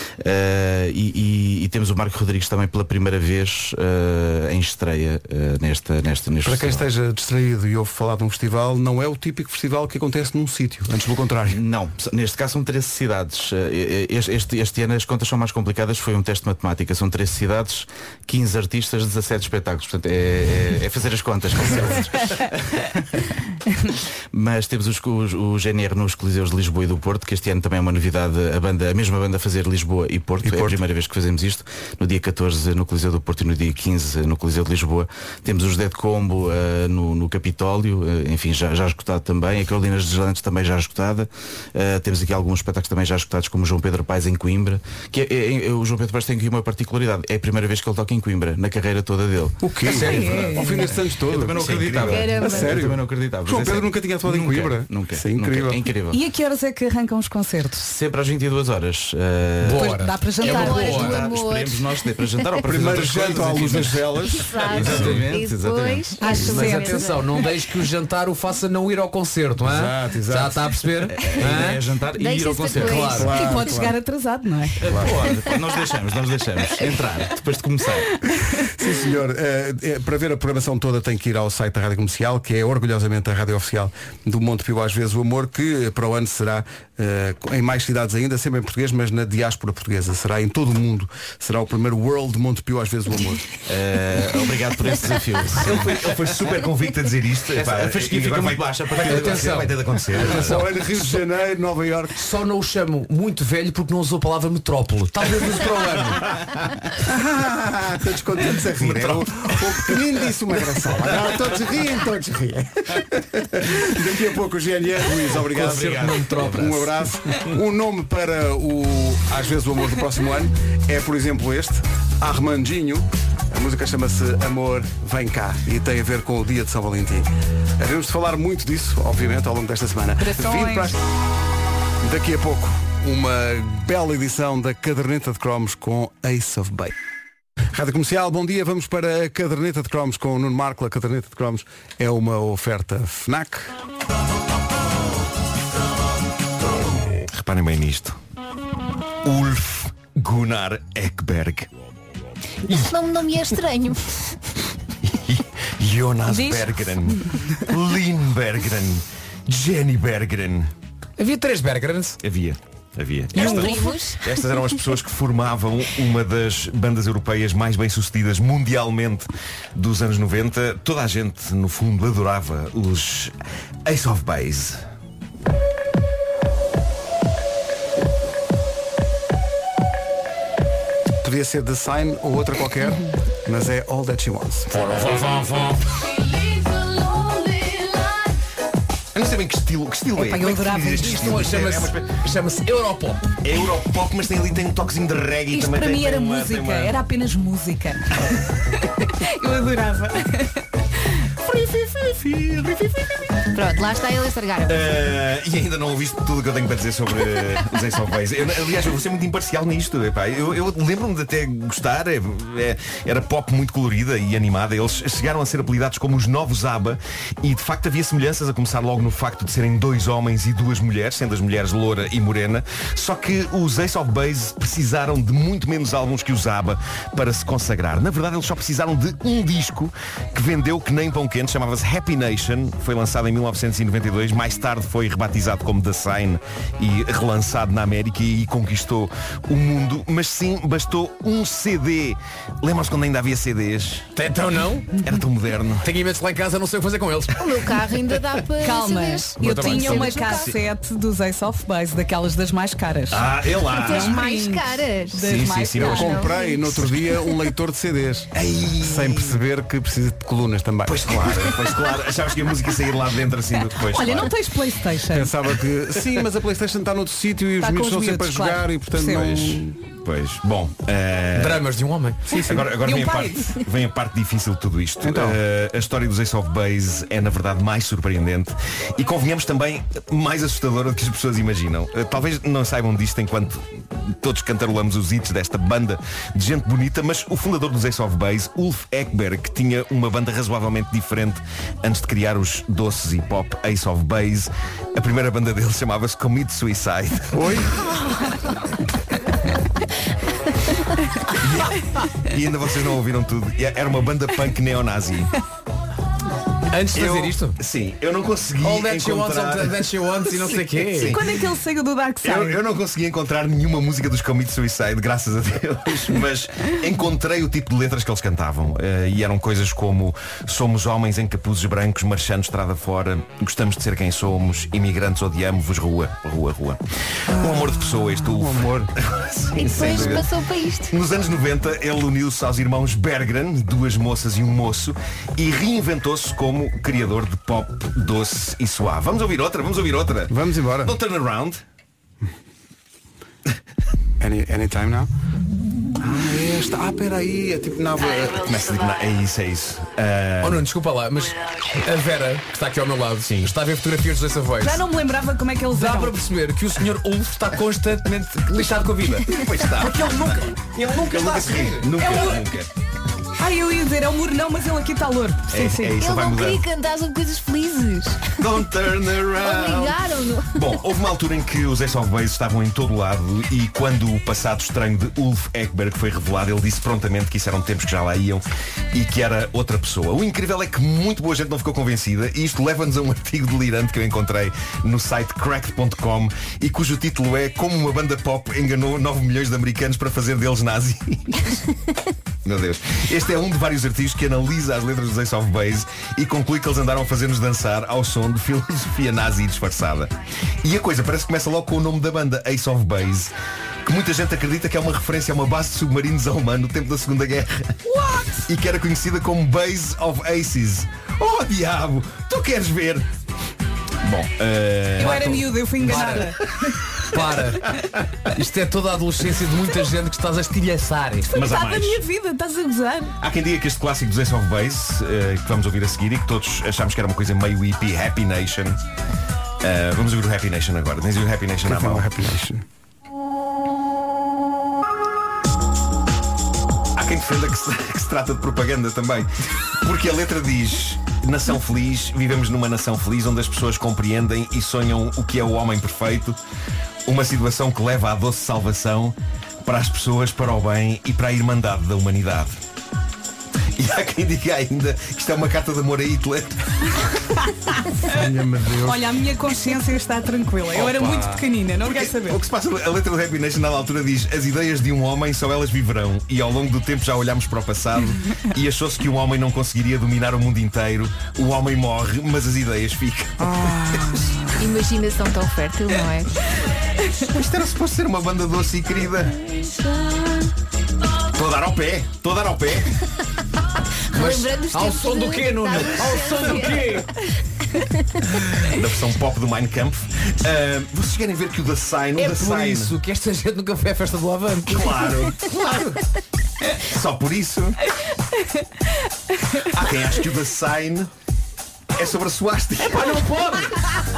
E temos o Marco Rodrigues também pela primeira vez em estreia neste Para festival. quem esteja distraído e ouve falar de um festival, não é o típico festival que acontece num sítio, antes pelo contrário. Não, neste caso são 13 cidades. Este ano as contas são mais complicadas, foi um teste de matemática, são 13 cidades, 15 artistas, 17 espetáculos, portanto é fazer as contas. Mas temos o GNR nos Coliseus de Lisboa e do Porto, que este ano também é uma novidade, a mesma banda a fazer Lisboa e Porto. É a primeira vez que fazemos isto, no dia 14 no Coliseu do Porto e no dia 15 no Coliseu de Lisboa. Temos os Dead Combo no Capitólio, enfim, já escutado também. A Carolinas Deslandes também já esgotada. Temos aqui alguns espetáculos também já esgotados, como o João Pedro Paes em Coimbra, que o João Pedro Paes tem aqui uma particularidade, é a primeira vez que ele toca em Coimbra na carreira toda dele. O quê? Sério? Ao fim destes anos todos? Eu também não acreditava. A sério? Eu também não acreditava. João Pedro nunca tinha atuado em Coimbra? Nunca. Isso é incrível. É incrível. E a que horas é que arrancam os concertos? Sempre às 22 horas. Depois dá para jantar. Esperemos nós ter para jantar ou para primeiro janto à luz das velas. Exatamente. Mas atenção, não deixe que o jantar o faça não ir ao concerto, hein? Exato. Já está a perceber? É jantar e ir ao concerto. E pode chegar atrasado, não é? Pode. Nós deixamos entrar depois de começar. Sim, senhor. Para ver a programação toda tem que ir ao site da Rádio Comercial, que é orgulhosamente a rádio oficial do Montepio Às Vezes o Amor, que para o ano será em mais cidades ainda, sempre em português, mas na diáspora portuguesa. Será em todo o mundo. Será o primeiro World Montepio Às Vezes o Amor. Obrigado por esse desafio. Ele foi super convicto a dizer isto. A fasquia fica muito baixa. Vai ter de acontecer. Rio de Janeiro, Nova Iorque. Só não o chamo muito velho porque não usou a palavra metrópole. Talvez use para o ano. Todos contentes a rir. O pequenino disse uma graçola. Agora todos riem. Daqui a pouco o GNR, Luís, obrigado. Um abraço. Um nome para o Às Vezes o Amor do próximo ano é, por exemplo, este, Armandinho. A música chama-se Amor Vem Cá e tem a ver com o dia de São Valentim. Havemos de falar muito disso, obviamente, ao longo desta semana. Daqui a pouco, uma bela edição da Caderneta de Cromos com Ace of Base. Rádio Comercial, bom dia. Vamos para a Caderneta de Cromos com o Nuno Marco. A Caderneta de Cromos é uma oferta FNAC. Reparem bem nisto. Ulf Gunnar Ekberg. Esse nome não me é estranho. Jonas Berggren, Lynn Berggren, Jenny Berggren. Havia 3 Berggrens? Havia. Estas eram as pessoas que formavam uma das bandas europeias mais bem-sucedidas mundialmente dos anos 90. Toda a gente, no fundo, adorava os Ace of Base. Podia ser The Sign ou outra qualquer, mas é All That She Wants. Eu não sei bem que estilo é. Eu adorava isto. Chama-se Europop. É Europop, mas tem um toquezinho de reggae. Isto também para mim era uma, música, era apenas música. Eu adorava. Pronto, lá está ele a estragar. E ainda não ouviste tudo o que eu tenho para dizer sobre os Ace of Base. Aliás, eu vou ser muito imparcial nisto. Epá. Eu lembro-me de até gostar. Era pop muito colorida e animada. Eles chegaram a ser apelidados como os novos ABBA. E de facto havia semelhanças, a começar logo no facto de serem 2 homens e 2 mulheres, sendo as mulheres loura e morena. Só que os Ace of Base precisaram de muito menos álbuns que os ABBA para se consagrar. Na verdade, eles só precisaram de um disco que vendeu que nem pão quente. Chamava-se Happy Nation. Foi lançado em 1992. Mais tarde foi rebatizado como The Sign e relançado na América e conquistou o mundo. Mas sim, bastou um CD. Lembram-se quando ainda havia CDs? Então não? Era tão moderno. Tenho imensos lá em casa, não sei o que fazer com eles. O meu carro ainda dá para Calma, CDs. eu tinha uma cassete dos Ace of Base, daquelas das mais caras. É lá. Das mais caras. Sim. Eu comprei no outro dia um leitor de CDs. Sem perceber que precisa de colunas também. Pois claro. Achavas que a música ia sair lá dentro assim depois. Olha, claro. não tens PlayStation. Pensava que sim, mas a PlayStation está noutro sítio e os miúdos estão sempre a jogar e portanto não... Pois, bom. Dramas de um homem. Sim. Agora vem a parte difícil de tudo isto. Então. A história dos Ace of Base é na verdade mais surpreendente e convenhamos também mais assustadora do que as pessoas imaginam. Talvez não saibam disto enquanto todos cantarolamos os hits desta banda de gente bonita, mas o fundador dos Ace of Base, Ulf Ekberg, que tinha uma banda razoavelmente diferente antes de criar os doces e pop Ace of Base. A primeira banda dele chamava-se Commit Suicide. Oi? E ainda vocês não ouviram tudo. Era uma banda punk neonazi. Antes de fazer isto? Sim, eu não consegui All that encontrar... that she wants e não sei o quê. Sim. Quando é que ele saiu do Dark Side? Eu não consegui encontrar nenhuma música dos Commit Suicide, graças a Deus. Mas encontrei o tipo de letras que eles cantavam. E eram coisas como: somos homens em capuzes brancos marchando estrada fora, gostamos de ser quem somos, imigrantes odiamos-vos, rua. Um amor de pessoa, este Ulf. Um amor. Sim, E depois passou para isto. Nos anos 90, ele uniu-se aos irmãos Berggren, 2 moças e um moço, e reinventou-se como criador de pop doce e suave. Vamos ouvir outra? Vamos embora. Don't turn around. Anytime now? Peraí, é tipo nova. Começa a dizer, é isso. Oh não, desculpa lá, mas a Vera, que está aqui ao meu lado, sim, está a ver fotografias dos Ace of Base. Já não me lembrava como é que eles Dá eram. para perceber que o Sr. Ulf está constantemente lixado com a vida. Pois está. Porque ele nunca está a sorrir. Nunca. Eu ia dizer, é um murnão, mas ele aqui está louro. Sim, sim. É isso, Ele vai não mudar. queria cantar sobre coisas felizes. Don't turn around. Obrigaram-no. Bom, houve uma altura em que os Ace of Base estavam em todo lado e quando o passado estranho de Ulf Ekberg foi revelado, ele disse prontamente que isso eram tempos que já lá iam e que era outra pessoa. O incrível é que muito boa gente não ficou convencida e isto leva-nos a um artigo delirante que eu encontrei no site cracked.com e cujo título é Como uma banda pop enganou 9 milhões de americanos para fazer deles nazis. Meu Deus. Este é um de vários artigos que analisa as letras dos Ace of Base e conclui que eles andaram a fazer-nos dançar ao som de filosofia nazi disfarçada. E a coisa parece que começa logo com o nome da banda, Ace of Base, que muita gente acredita que é uma referência a uma base de submarinos alemã no tempo da Segunda Guerra. What? E que era conhecida como Base of Aces. Oh diabo, tu queres ver? Bom, eu era miúda, eu fui enganada. Para. Isto é toda a adolescência de muita gente que estás a estilhaçar. Mas há Metade da mais. minha vida, estás a gozar. Há quem diga que este clássico dos Ace of Base, que vamos ouvir a seguir e que todos achámos que era uma coisa meio hippie, Happy Nation. Vamos ouvir o Happy Nation agora. Tens o Happy Nation à mão. Happy Nation. Há quem defenda que se trata de propaganda também. Porque a letra diz: nação feliz, vivemos numa nação feliz onde as pessoas compreendem e sonham o que é o homem perfeito. Uma situação que leva à doce salvação para as pessoas, para o bem e para a irmandade da humanidade. E há quem diga ainda que isto é uma carta de amor a Hitler. Olha, a minha consciência está tranquila. Eu era muito pequenina, não quero saber. O que se passa, a letra do Happy Nation na altura diz: as ideias de um homem só elas viverão. E ao longo do tempo já olhámos para o passado e achou-se que um homem não conseguiria dominar o mundo inteiro. O homem morre, mas as ideias ficam. Imaginação tão fértil, não é? Isto era suposto ser uma banda doce e querida. Estou a dar ao pé. Lembrando Ao som do quê, Nuno? Ao som do quê? Da versão pop do Mein Kampf. Vocês querem ver que o The Sign... É The por Sign, isso que esta gente nunca foi à festa do Avante. Claro. Só por isso. Há quem acha que o The Sign é sobre a suástica. Epá, não pode!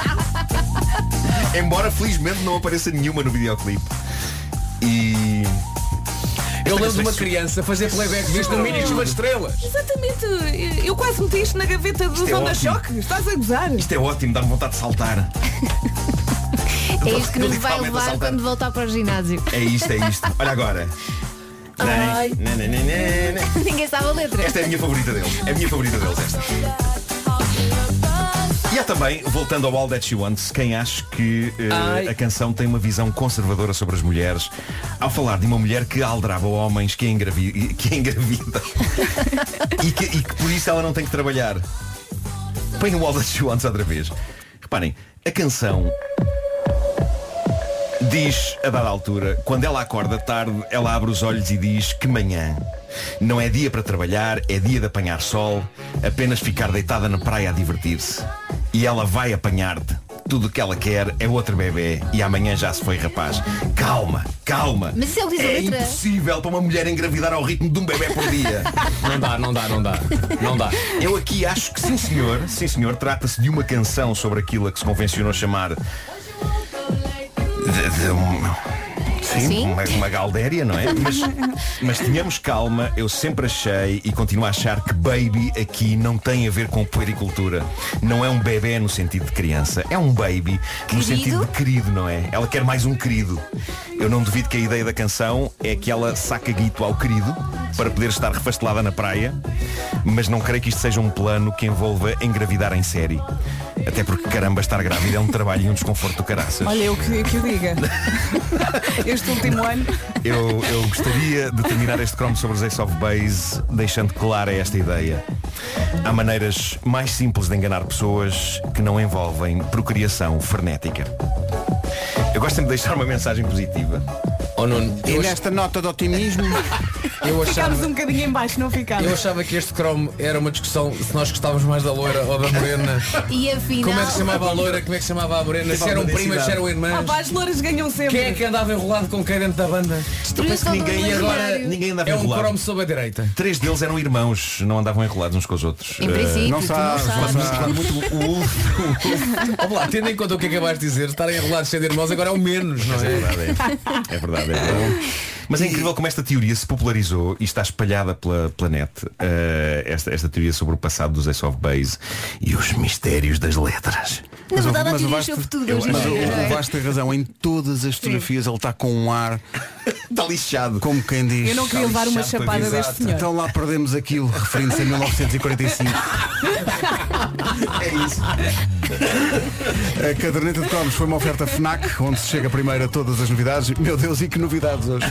Embora felizmente não apareça nenhuma no videoclipe. E... Eu lembro de uma criança fazer playback disto no Mini das Estrelas. Exatamente. Eu quase meti isto na gaveta dos é Onda ótimo. Choque. Estás a gozar. Isto é ótimo, dá-me vontade de saltar. É isto que nos vai Literalmente a levar saltar. quando voltar para o ginásio. É isto. Olha agora. Ai. Ninguém sabe a letra. Esta é a minha favorita deles. É a minha favorita deles esta. E há também, voltando ao All That She Wants, quem acha que a canção tem uma visão conservadora sobre as mulheres ao falar de uma mulher que aldraba homens, que é engravida e que por isso ela não tem que trabalhar. Põe o All That She Wants outra vez. Reparem, a canção diz, a dada altura, quando ela acorda tarde, ela abre os olhos e diz que manhã. Não é dia para trabalhar, é dia de apanhar sol, apenas ficar deitada na praia a divertir-se. E ela vai apanhar-te. Tudo o que ela quer é outro bebê e amanhã já se foi, rapaz. Calma. Mas isso é o que diz a É letra. impossível para uma mulher engravidar ao ritmo de um bebê por dia. Não dá. Eu aqui acho que sim senhor, trata-se de uma canção sobre aquilo a que se convencionou chamar Sim. Uma galdéria, não é? Mas tenhamos calma, eu sempre achei e continuo a achar que baby aqui não tem a ver com puericultura. Não é um bebê no sentido de criança, é um baby no sentido de querido, não é? Ela quer mais um querido. Eu não duvido que a ideia da canção é que ela saca guito ao querido para poder estar refastelada na praia, mas não creio que isto seja um plano que envolva engravidar em série. Até porque, caramba, estar grávida é um trabalho e um desconforto do caraças. Olha, eu que o diga. Este último ano. Eu gostaria de terminar este cromo sobre os Ace of Base deixando clara esta ideia. Há maneiras mais simples de enganar pessoas que não envolvem procriação frenética. Eu gosto sempre de deixar uma mensagem positiva. E nesta nota de otimismo ficámos um bocadinho em baixo, não ficámos? Eu achava que este cromo era uma discussão se nós gostávamos mais da loira ou da morena. E afinal... Como é que se chamava a loira, como é que se chamava a morena, se eram primas, se eram irmãs. As loiras ganham sempre. Quem é que andava enrolado com quem dentro da banda? Ninguém andava é um enrolado. cromo sob a direita. 3 deles eram irmãos, não andavam enrolados uns com os outros. Em princípio, não sabes. Olá, tendo em conta o que acabaste de dizer, estarem enrolados sendo irmãos agora é o menos, não é? É verdade. Mas é incrível como esta teoria se popularizou e está espalhada pela net. Esta teoria sobre o passado dos Ace of Base e os mistérios das letras. Na verdade, a teoria sobre tudo. O Vasco tem razão. Em todas as fotografias ele está com um ar... Está lixado. Como quem diz. Eu não queria levar uma chapada deste senhor. Então lá perdemos aquilo, referindo-se a 1945. É isso. A caderneta de cromos foi uma oferta FNAC, onde se chega primeiro a todas as novidades. Meu Deus, e que novidades hoje.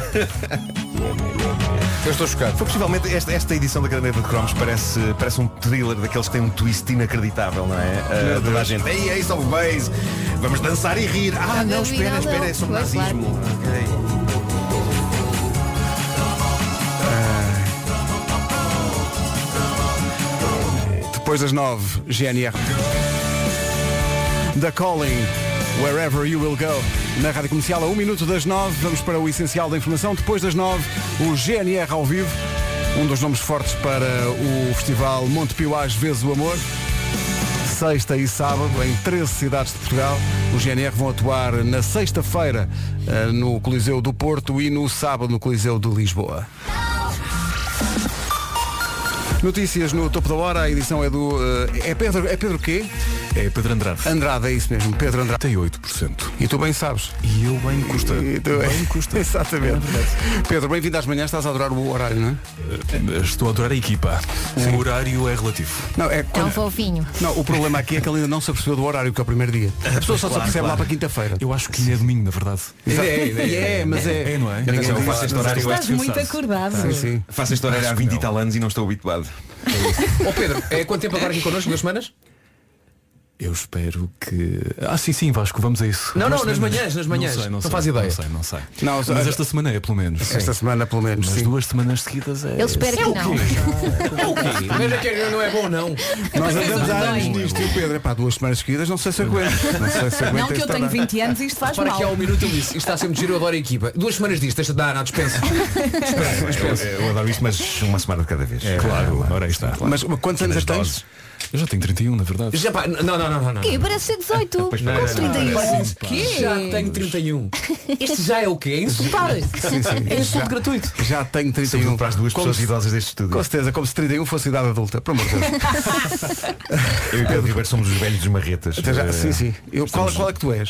Eu estou chocado. Foi possivelmente esta edição da caderneta de cromos parece um thriller daqueles que tem um twist inacreditável, não é? Toda a gente, ei, Ace of Base, vamos dançar e rir. Ah, não, espera, é sobre nazismo. Okay. Depois das 9, GNR. The Calling, Wherever You Will Go. Na Rádio Comercial, a 1 minuto das 9, vamos para o essencial da informação. Depois das 9, o GNR ao vivo. Um dos nomes fortes para o festival Montepio às vezes o amor. Sexta e sábado, em 13 cidades de Portugal. Os GNR vão atuar na sexta-feira no Coliseu do Porto e no sábado no Coliseu de Lisboa. Notícias no topo da hora, a edição é do... É Pedro quê? É Pedro Andrade. Andrade, é isso mesmo, Pedro Andrade. 38%. E tu bem sabes. E eu bem custa. Bem custa. Exatamente. Pedro, bem-vindo às manhãs, estás a adorar o horário, não é? Estou a adorar a equipa. Sim. O horário é relativo. Não, é um fofinho. Não, o problema aqui é que ele ainda não se apercebeu do horário, que é o primeiro dia. A pessoa só se apercebe lá para quinta-feira. Eu acho que ainda é domingo, na verdade. Mas é. É, não é? Eu faço este horário. Estás muito acordado. Sim. Faço este horário há 20 e tal anos e não estou habituado. Ó Pedro, quanto tempo agora aqui connosco? 2 semanas? Eu espero que... sim, Vasco, vamos a isso. Não, nas manhãs. Não faz ideia. Não sei. Não, mas esta semana é, pelo menos. Esta semana, pelo menos. Mas 2 semanas seguidas é... Ele espera que não. É o quê? Veja que não é bom, não. Nós andamos há anos nisto e o Pedro, 2 semanas seguidas, não sei se aguento. Não, que eu tenho 20 anos e isto faz mal. mal. Para que há 1 minuto ele disse, isto está sempre giro, eu adoro a equipa. 2 semanas disto, não, dispensa. Eu adoro isto, mas uma semana de cada vez. Claro, ora aí está. Mas quantos anos tens? Eu já tenho 31, na verdade. Não. Que? Parece ser 18. Com 31. Que? Já tenho 31. Este já é o quê? É insultar. É insulto gratuito. Já tenho 31. Para as 2 pessoas idosas deste estúdio. Com certeza, como se 31 fosse idade adulta. Por amor de Deus. Eu e Pedro Ribeiro somos os velhos dos marretas. Sim. Qual é que tu és?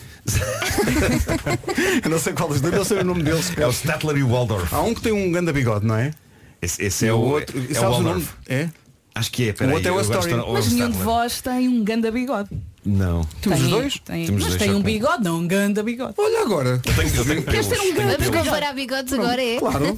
Eu não sei qual dos dois, não sei o nome deles. É o Statler e o Waldorf. Há um que tem um ganda bigode, não é? Esse é o outro. E sabes o nome? É? Acho que é, o outro é o Story. Mas nenhum de vós tem um ganda bigode. Não. Temos os dois? Mas tem um bigode, não um ganda bigode. Olha agora. Eu tenho Queres ter um ganda Vamos comparar bigodes agora, é? Claro.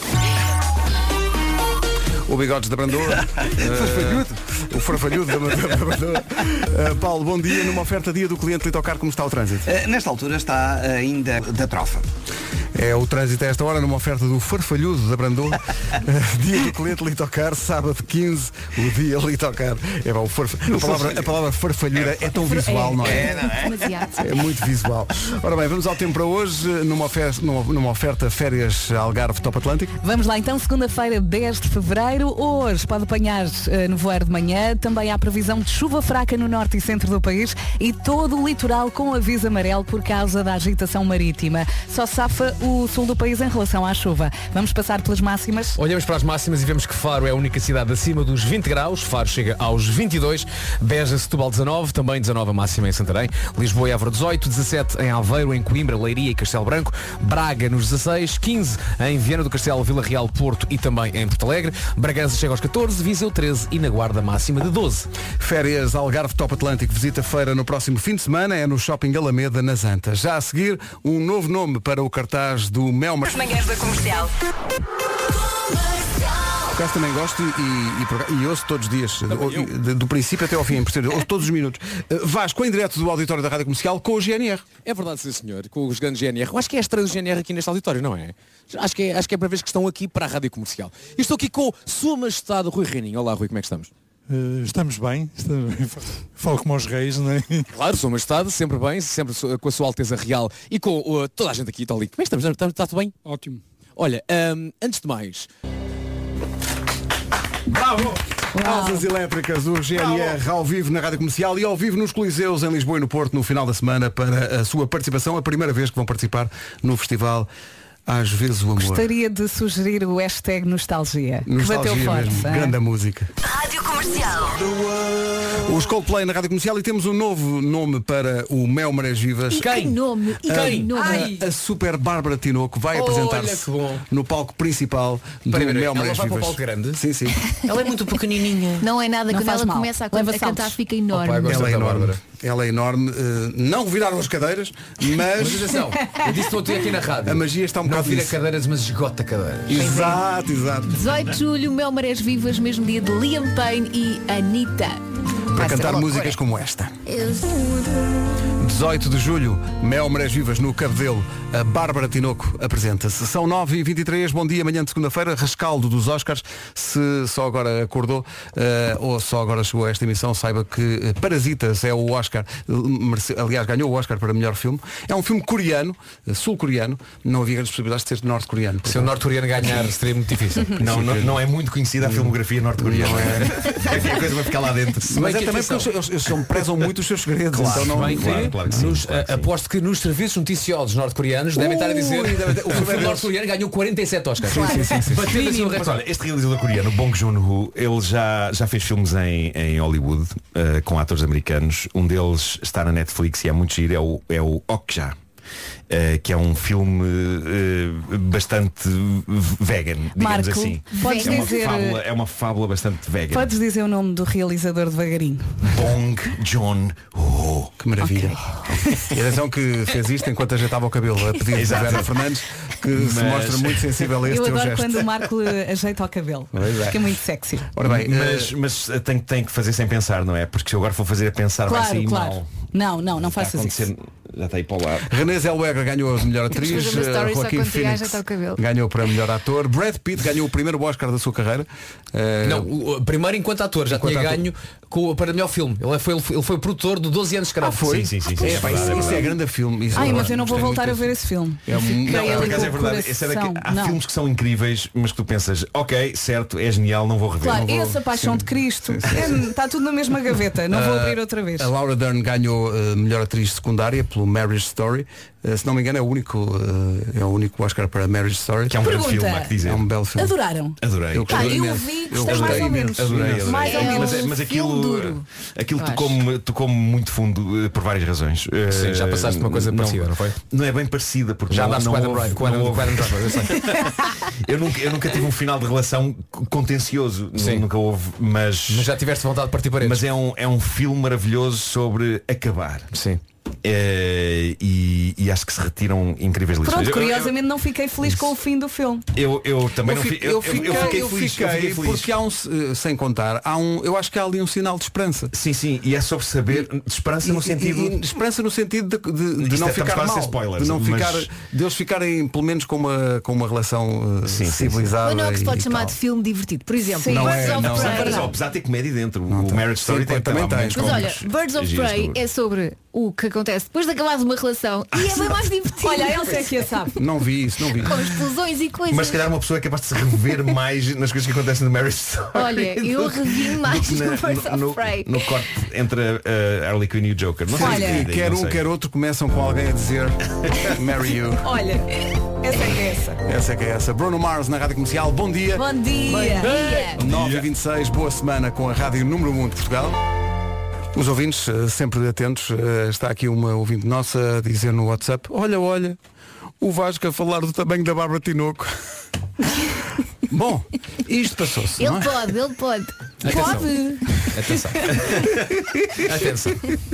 O Bigodes da Brandoa. O farfalhudo da Brandoa. Paulo, bom dia. Numa oferta dia do cliente Litocar, como está o trânsito? Nesta altura está ainda da trofa. É o trânsito a esta hora numa oferta do farfalhudo da Brandoa. Dia do cliente Litocar, sábado 15, o dia Litocar. A palavra farfalhuda é tão visual, não é? É muito visual. Ora bem, vamos ao tempo para hoje, numa oferta férias Algarve Top Atlântico. Vamos lá então, segunda-feira, 10 de fevereiro. Hoje pode apanhar nevoeiro de manhã. Também há previsão de chuva fraca no norte e centro do país e todo o litoral com aviso amarelo por causa da agitação marítima. Só safa o sul do país em relação à chuva. Vamos passar pelas máximas. Olhamos para as máximas e vemos que Faro é a única cidade acima dos 20 graus. Faro chega aos 22. Beja, Setúbal 19. Também 19 a máxima em Santarém. Lisboa e Évora 18. 17 em Aveiro, em Coimbra, Leiria e Castelo Branco. Braga nos 16. 15 em Viana do Castelo, Vila Real, Porto e também em Porto Alegre. Bragança chega aos 14. Viseu 13 e na Guarda máxima de 12. Férias Algarve Top Atlântico. Visita feira no próximo fim de semana. É no Shopping Alameda, nas Antas. Já a seguir, um novo nome para o cartaz do Mel. As manhãs da Comercial. acaso também gosto e ouço todos os dias, do princípio até ao fim, ouço todos os minutos. Vasco, em direto do auditório da Rádio Comercial com o GNR. É verdade, sim senhor, com os grandes GNR. Eu acho que é a estreia do GNR aqui neste auditório, não é? Acho que é a primeira vez que estão aqui para a Rádio Comercial. E estou aqui com Sua Majestade Rui Reininho. Olá, Rui, como é que estamos? Estamos bem. Falo como aos reis, não é? Claro, Sua Majestade, sempre bem, sempre com a Sua Alteza Real e com toda a gente aqui. Está ali. Como é que estamos? Está tudo bem? Ótimo. Olha, antes de mais... Bravo! Asas elétricas, o GNR ao vivo na Rádio Comercial e ao vivo nos Coliseus em Lisboa e no Porto no final da semana para a sua participação, a primeira vez que vão participar no festival Às Vezes o Amor. Gostaria de sugerir o hashtag Nostalgia. Nostalgia que bateu forte, mesmo, grande música. Rádio Comercial. Os Coldplay na Rádio Comercial e temos um novo nome para o Mel Marés Vivas. E que nome? A super Bárbara Tinoco vai apresentar-se no palco principal do Mel Marés Vivas. Ela vai para o palco grande? Sim, sim. Ela é muito pequenininha. Não é nada, Não quando ela mal. começa a cantar fica enorme. Ela é enorme. Ela é enorme. Não viraram as cadeiras, mas atenção, eu disse estou aqui na rádio. A magia está um não bocado vira disso. cadeiras, mas esgota cadeiras. Exato, exato. 18 de julho, Mel Marés Vivas, mesmo dia de Liam Payne e Anitta. Para cantar músicas como esta. 18 de julho, Mel Marés Vivas no Cabedelo. A Bárbara Tinoco apresenta-se. São 9h23, bom dia, manhã de segunda-feira, rescaldo dos Oscars. Se só agora acordou ou só agora chegou a esta emissão, saiba que Parasitas é o Oscar, aliás ganhou o Oscar para melhor filme. É um filme coreano, sul-coreano, não havia grandes possibilidades de ser norte-coreano. Se o norte-coreano ganhar seria muito difícil. Não é muito conhecida a filmografia norte-coreana. É a coisa vai ficar lá dentro. Mas é também porque eles prezam muito os seus segredos. Claro, então não... claro que sim. Aposto que nos serviços noticiosos norte-coreanos devem estar a dizer o filme norte-coreano ganhou 47 Oscars. Sim. Mas olha, este realizador coreano, Bong Joon-ho, ele já fez filmes em Hollywood com atores americanos. Um deles está na Netflix e é muito giro, é o Okja. Que é um filme bastante vegan, digamos Marco, assim. Podes dizer... É uma fábula bastante vegan. Podes dizer o nome do realizador devagarinho? Bong Joon-ho. Que maravilha. E atenção que fez isto enquanto ajeitava o cabelo a pedido de Vera Fernandes, que se mostra muito sensível a este Eu teu adoro gesto. quando o Marco ajeita o cabelo. Fica muito sexy. Ora bem, mas tem que fazer sem pensar, não é? Porque se eu agora for fazer a pensar vai sair mal. Não faças isso. Já está aí para o lado. Renée Zellweger ganhou a melhor atriz. Joaquin Phoenix ganhou para melhor ator. Brad Pitt ganhou o primeiro Oscar da sua carreira. Não, primeiro enquanto ator, já tinha ganho para melhor filme. Ele foi o produtor do 12 anos de escravo. Foi? Sim. Isso é grande filme. Mas eu não vou voltar a ver esse filme. É verdade. Há filmes que são incríveis, mas que tu pensas, ok, certo, é genial, não vou rever. Claro, essa Paixão de Cristo. Está tudo na mesma gaveta. Não vou abrir outra vez. A Laura Dern ganhou melhor atriz secundária pelo Marriage Story. Se não me engano é o único Oscar para Marriage Story. Que é um grande filme, há que dizer. É um belo filme. Adoraram? Adorei. Eu vi, gostei mais ou menos. Adorei. Mais ou menos. Mas aquilo tocou-me muito fundo por várias razões. Sim, já passaste uma coisa parecida, não foi? Não é bem parecida, porque já andaste com Adam eu nunca tive um final de relação contencioso. Nunca houve, mas já tiveste vontade de partir para eles. Mas é um filme maravilhoso sobre acabar. Sim. E acho que se retiram incríveis lições. Pronto, curiosamente não fiquei feliz com o fim do filme. Eu também não fiquei. Eu fiquei feliz porque há sem contar, eu acho que há ali um sinal de esperança. Sim, e é sobre saber de esperança no sentido. Esperança no sentido de não ficar mal. Spoilers, de não ficar, de eles ficarem pelo menos com uma relação civilizada. Mas não é o que se pode chamar de filme divertido. Por exemplo, apesar de ter comédia dentro. O Marriage Story também tem. Mas olha, Birds of Prey é sobre o que acontece depois de acabar uma relação e é bem mais divertido. Olha, a Elsa é que a sabe. Não vi isso. Com explosões e coisas. Mas se calhar uma pessoa é capaz de se rever mais nas coisas que acontecem no Marriage Story. Olha, eu revi mais no Birds of Prey. No corte entre Harley Quinn e o Joker. Não sei. Quer um, quer outro começam com alguém a dizer Marry you. Olha, essa é que é essa. Essa é que é essa. Bruno Mars na Rádio Comercial. Bom dia. Bom dia. 9h26, boa semana com a Rádio Número 1 de Portugal. Os ouvintes, sempre atentos, está aqui uma ouvinte nossa a dizer no WhatsApp, olha, o Vasco a falar do tamanho da Bárbara Tinoco. Bom, isto passou-se. Ele pode. Atenção. Atenção. Atenção.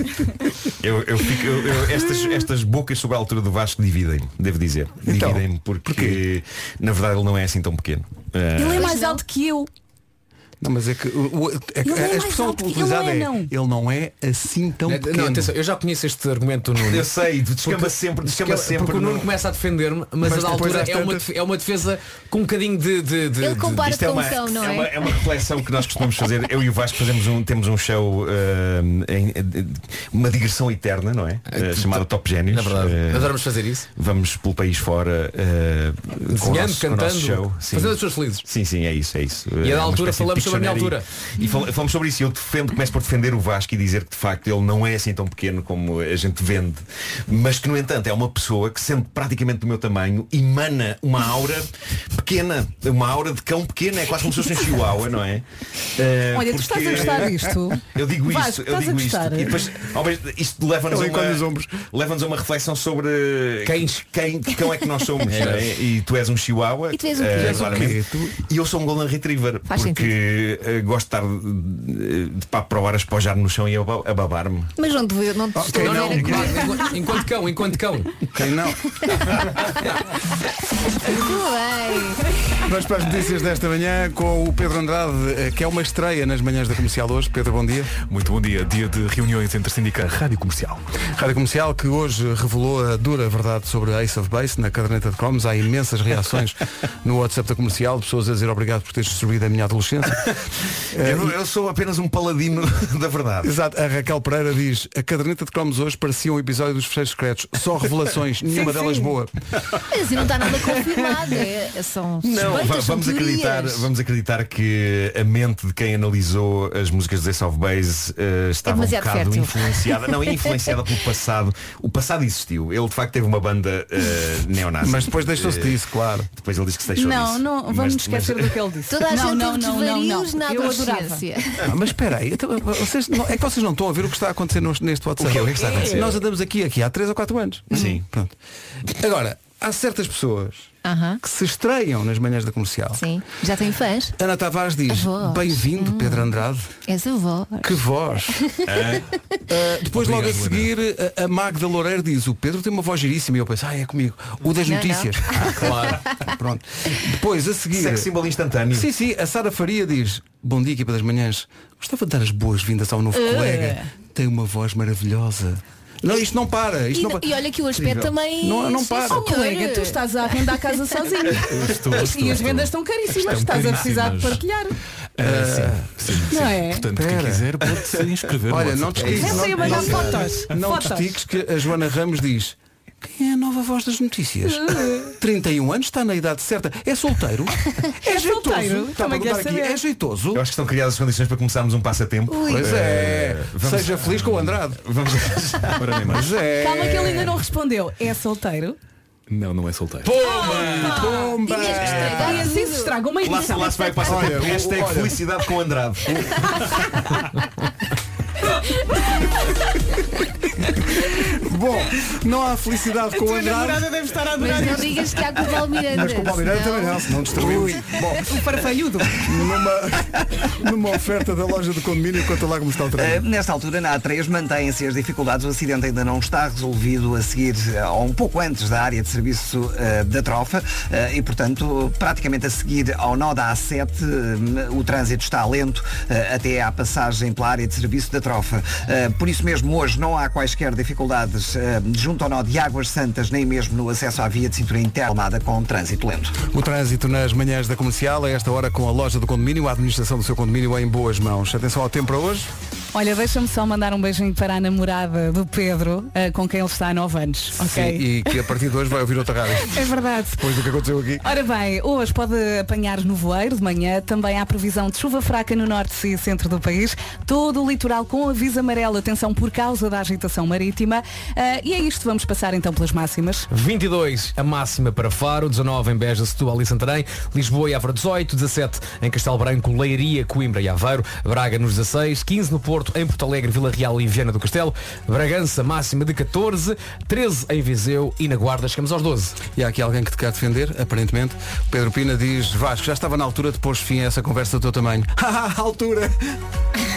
Estas bocas sobre a altura do Vasco dividem-me, devo dizer. Dividem-me porque na verdade ele não é assim tão pequeno. Ele é mais alto que eu. Não, mas é que a expressão utilizada ele não é assim tão pequeno. Não, atenção, eu já conheço este argumento do Nuno. Eu sei, descamba sempre. Porque o Nuno começa a defender-me, mas a da altura é uma defesa com um bocadinho de... Ele compara com o cão, não é? É uma reflexão que nós costumamos fazer. Eu e o Vasco temos um show, uma digressão eterna, não é? Chamada Top Génios. Na verdade, adoramos fazer isso. Vamos pelo país fora, desenhando, cantando, show. fazendo as pessoas felizes. Sim, é isso. E a da altura falamos sobre a minha altura. E falamos sobre isso. Eu começo por defender o Vasco e dizer que de facto ele não é assim tão pequeno como a gente vende, mas que no entanto é uma pessoa que, sendo praticamente do meu tamanho, emana uma aura pequena, uma aura de cão pequeno. É quase como se fosse um chihuahua, não é? Olha, tu estás a gostar disto? Eu digo isto. E depois isto leva-nos a uma reflexão sobre que cão é que nós somos. E tu és um chihuahua. E tu és um e eu sou um Golden Retriever. Porque gosto de estar de provar a espojar no chão e a babar-me. Mas não te estou a ver aqui. Enquanto cão. Quem não? Muito bem. Vamos para as notícias desta manhã com o Pedro Andrade, que é uma estreia nas manhãs da Comercial hoje. Pedro, bom dia. Muito bom dia. Dia de reuniões entre sindicatos. Rádio Comercial. Rádio Comercial, que hoje revelou a dura verdade sobre a Ace of Base na caderneta de cromos. Há imensas reações no WhatsApp da Comercial, pessoas a dizer obrigado por teres destruído a minha adolescência. Eu sou apenas um paladino da verdade. Exato. A Raquel Pereira diz: a caderneta de cromos hoje parecia um episódio dos Fecheiros Secretos. Só revelações, nenhuma delas boa. Mas assim não está nada confirmado. São vamos acreditar que a mente de quem analisou as músicas de Ace of Base estava um bocado influenciada. Não, influenciada pelo passado. O passado existiu. Ele de facto teve uma banda neonazi. Mas depois deixou-se disso, claro. Depois ele disse que se deixou disso. Não, vamos esquecer do que ele disse. Toda a gente teve na adolescência. Mas espera aí, é que vocês não estão a ver o que está a acontecer neste WhatsApp. O que é que está a acontecer? Nós andamos aqui há 3 ou 4 anos. Sim. Pronto. Agora, há certas pessoas que se estreiam nas manhãs da Comercial. Sim. Já tem fãs? Ana Tavares diz: bem-vindo, Pedro Andrade. És a voz. Que voz. Depois logo a seguir a Magda Loureiro diz: o Pedro tem uma voz giríssima. E eu penso: é comigo. O das notícias. Claro. Pronto. Depois a seguir sex symbol instantâneo. Sim, a Sara Faria diz: bom dia, equipa das manhãs. Gostava de dar as boas-vindas ao novo colega. Tem uma voz maravilhosa. Não, isto não para. E olha que o aspecto também. Não para. Colega, tu estás a arrendar a casa sozinho. E as vendas estão caríssimas. Estás a precisar de partilhar. Sim. Não é? Portanto, quem quiser pode-se inscrever. Olha, não te estiques que a Joana Ramos diz: quem é a nova voz das notícias? 31 anos, está na idade certa. É solteiro? É jeitoso? Solteiro? Está a perguntar aqui, é jeitoso? Eu acho que estão criadas as condições para começarmos um passatempo. Pois é. Seja feliz com o Andrade. Vamos para nem mais. Calma que ele ainda não respondeu. É solteiro? Não é solteiro. Pomba! E assim se estraga uma edição. Lá se vai passar. Hashtag felicidade com Andrade. Bom, não há felicidade com o Andrade. Deve estar a adorar. Mas não digas que há com o Palmeirante. Mas com o Palmeirante também não, se não destruímos. Bom, o farfalhudo. Numa oferta da loja do condomínio, conta lá como está o trânsito. Nesta altura, na A3, mantêm-se as dificuldades. O acidente ainda não está resolvido a seguir, ou um pouco antes da área de serviço da Trofa, e portanto, praticamente a seguir ao nó da A7, o trânsito está lento até à passagem pela área de serviço da Trofa. Por isso mesmo, hoje não há quaisquer dificuldades junto ao nó de Águas Santas, nem mesmo no acesso à via de cintura interna com trânsito lento. O trânsito nas manhãs da Comercial, a esta hora com a loja do condomínio, a administração do seu condomínio em boas mãos. Atenção ao tempo para hoje. Olha, deixa-me só mandar um beijinho para a namorada do Pedro, com quem ele está há 9 anos. Sim, e que a partir de hoje vai ouvir outra rádio. É verdade. Depois do que aconteceu aqui. Ora bem, hoje pode apanhar nevoeiro de manhã. Também há previsão de chuva fraca no norte e centro do país. Todo o litoral com aviso amarelo. Atenção por causa da agitação marítima. E é isto. Vamos passar então pelas máximas. 22 a máxima para Faro, 19 em Beja, Setúbal e Santarém, Lisboa e Évora 18, 17 em Castelo Branco, Leiria, Coimbra e Aveiro, Braga nos 16, 15 no Porto, em Porto Alegre, Vila Real e Viana do Castelo, Bragança máxima de 14, 13 em Viseu e na Guarda chegamos aos 12. E há aqui alguém que te quer defender, aparentemente. Pedro Pina diz: Vasco, já estava na altura de pôr fim a essa conversa do teu tamanho. Haha, altura!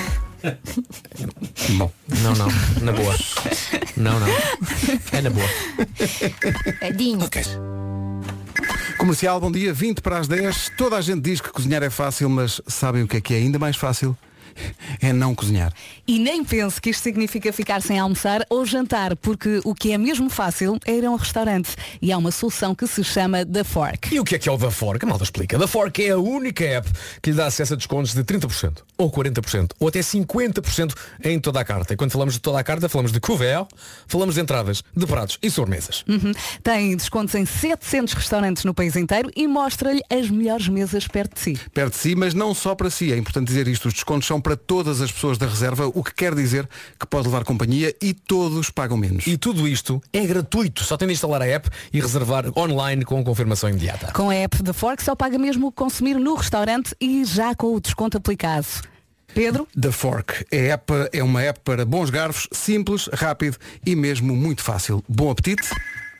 Bom. Não, na boa. Não. É na boa. Tadinho. Okay. Comercial, bom dia, 20 para as 10. Toda a gente diz que cozinhar é fácil, mas sabem o que é ainda mais fácil? É não cozinhar. E nem pense que isto significa ficar sem almoçar ou jantar, porque o que é mesmo fácil é ir a um restaurante. E há uma solução que se chama The Fork. E o que é o The Fork? A malta explica. The Fork é a única app que lhe dá acesso a descontos de 30%, ou 40%, ou até 50% em toda a carta. E quando falamos de toda a carta, falamos de couvert, falamos de entradas, de pratos e sobremesas. Tem descontos em 700 restaurantes no país inteiro e mostra-lhe as melhores mesas perto de si. Perto de si, mas não só para si. É importante dizer isto. Os descontos são para todas as pessoas da reserva, o que quer dizer que pode levar companhia e todos pagam menos. E tudo isto é gratuito. Só tem de instalar a app e reservar online com confirmação imediata. Com a app The Fork só paga mesmo o que consumir no restaurante e já com o desconto aplicado. Pedro? The Fork é uma app para bons garfos, simples, rápido e mesmo muito fácil. Bom apetite.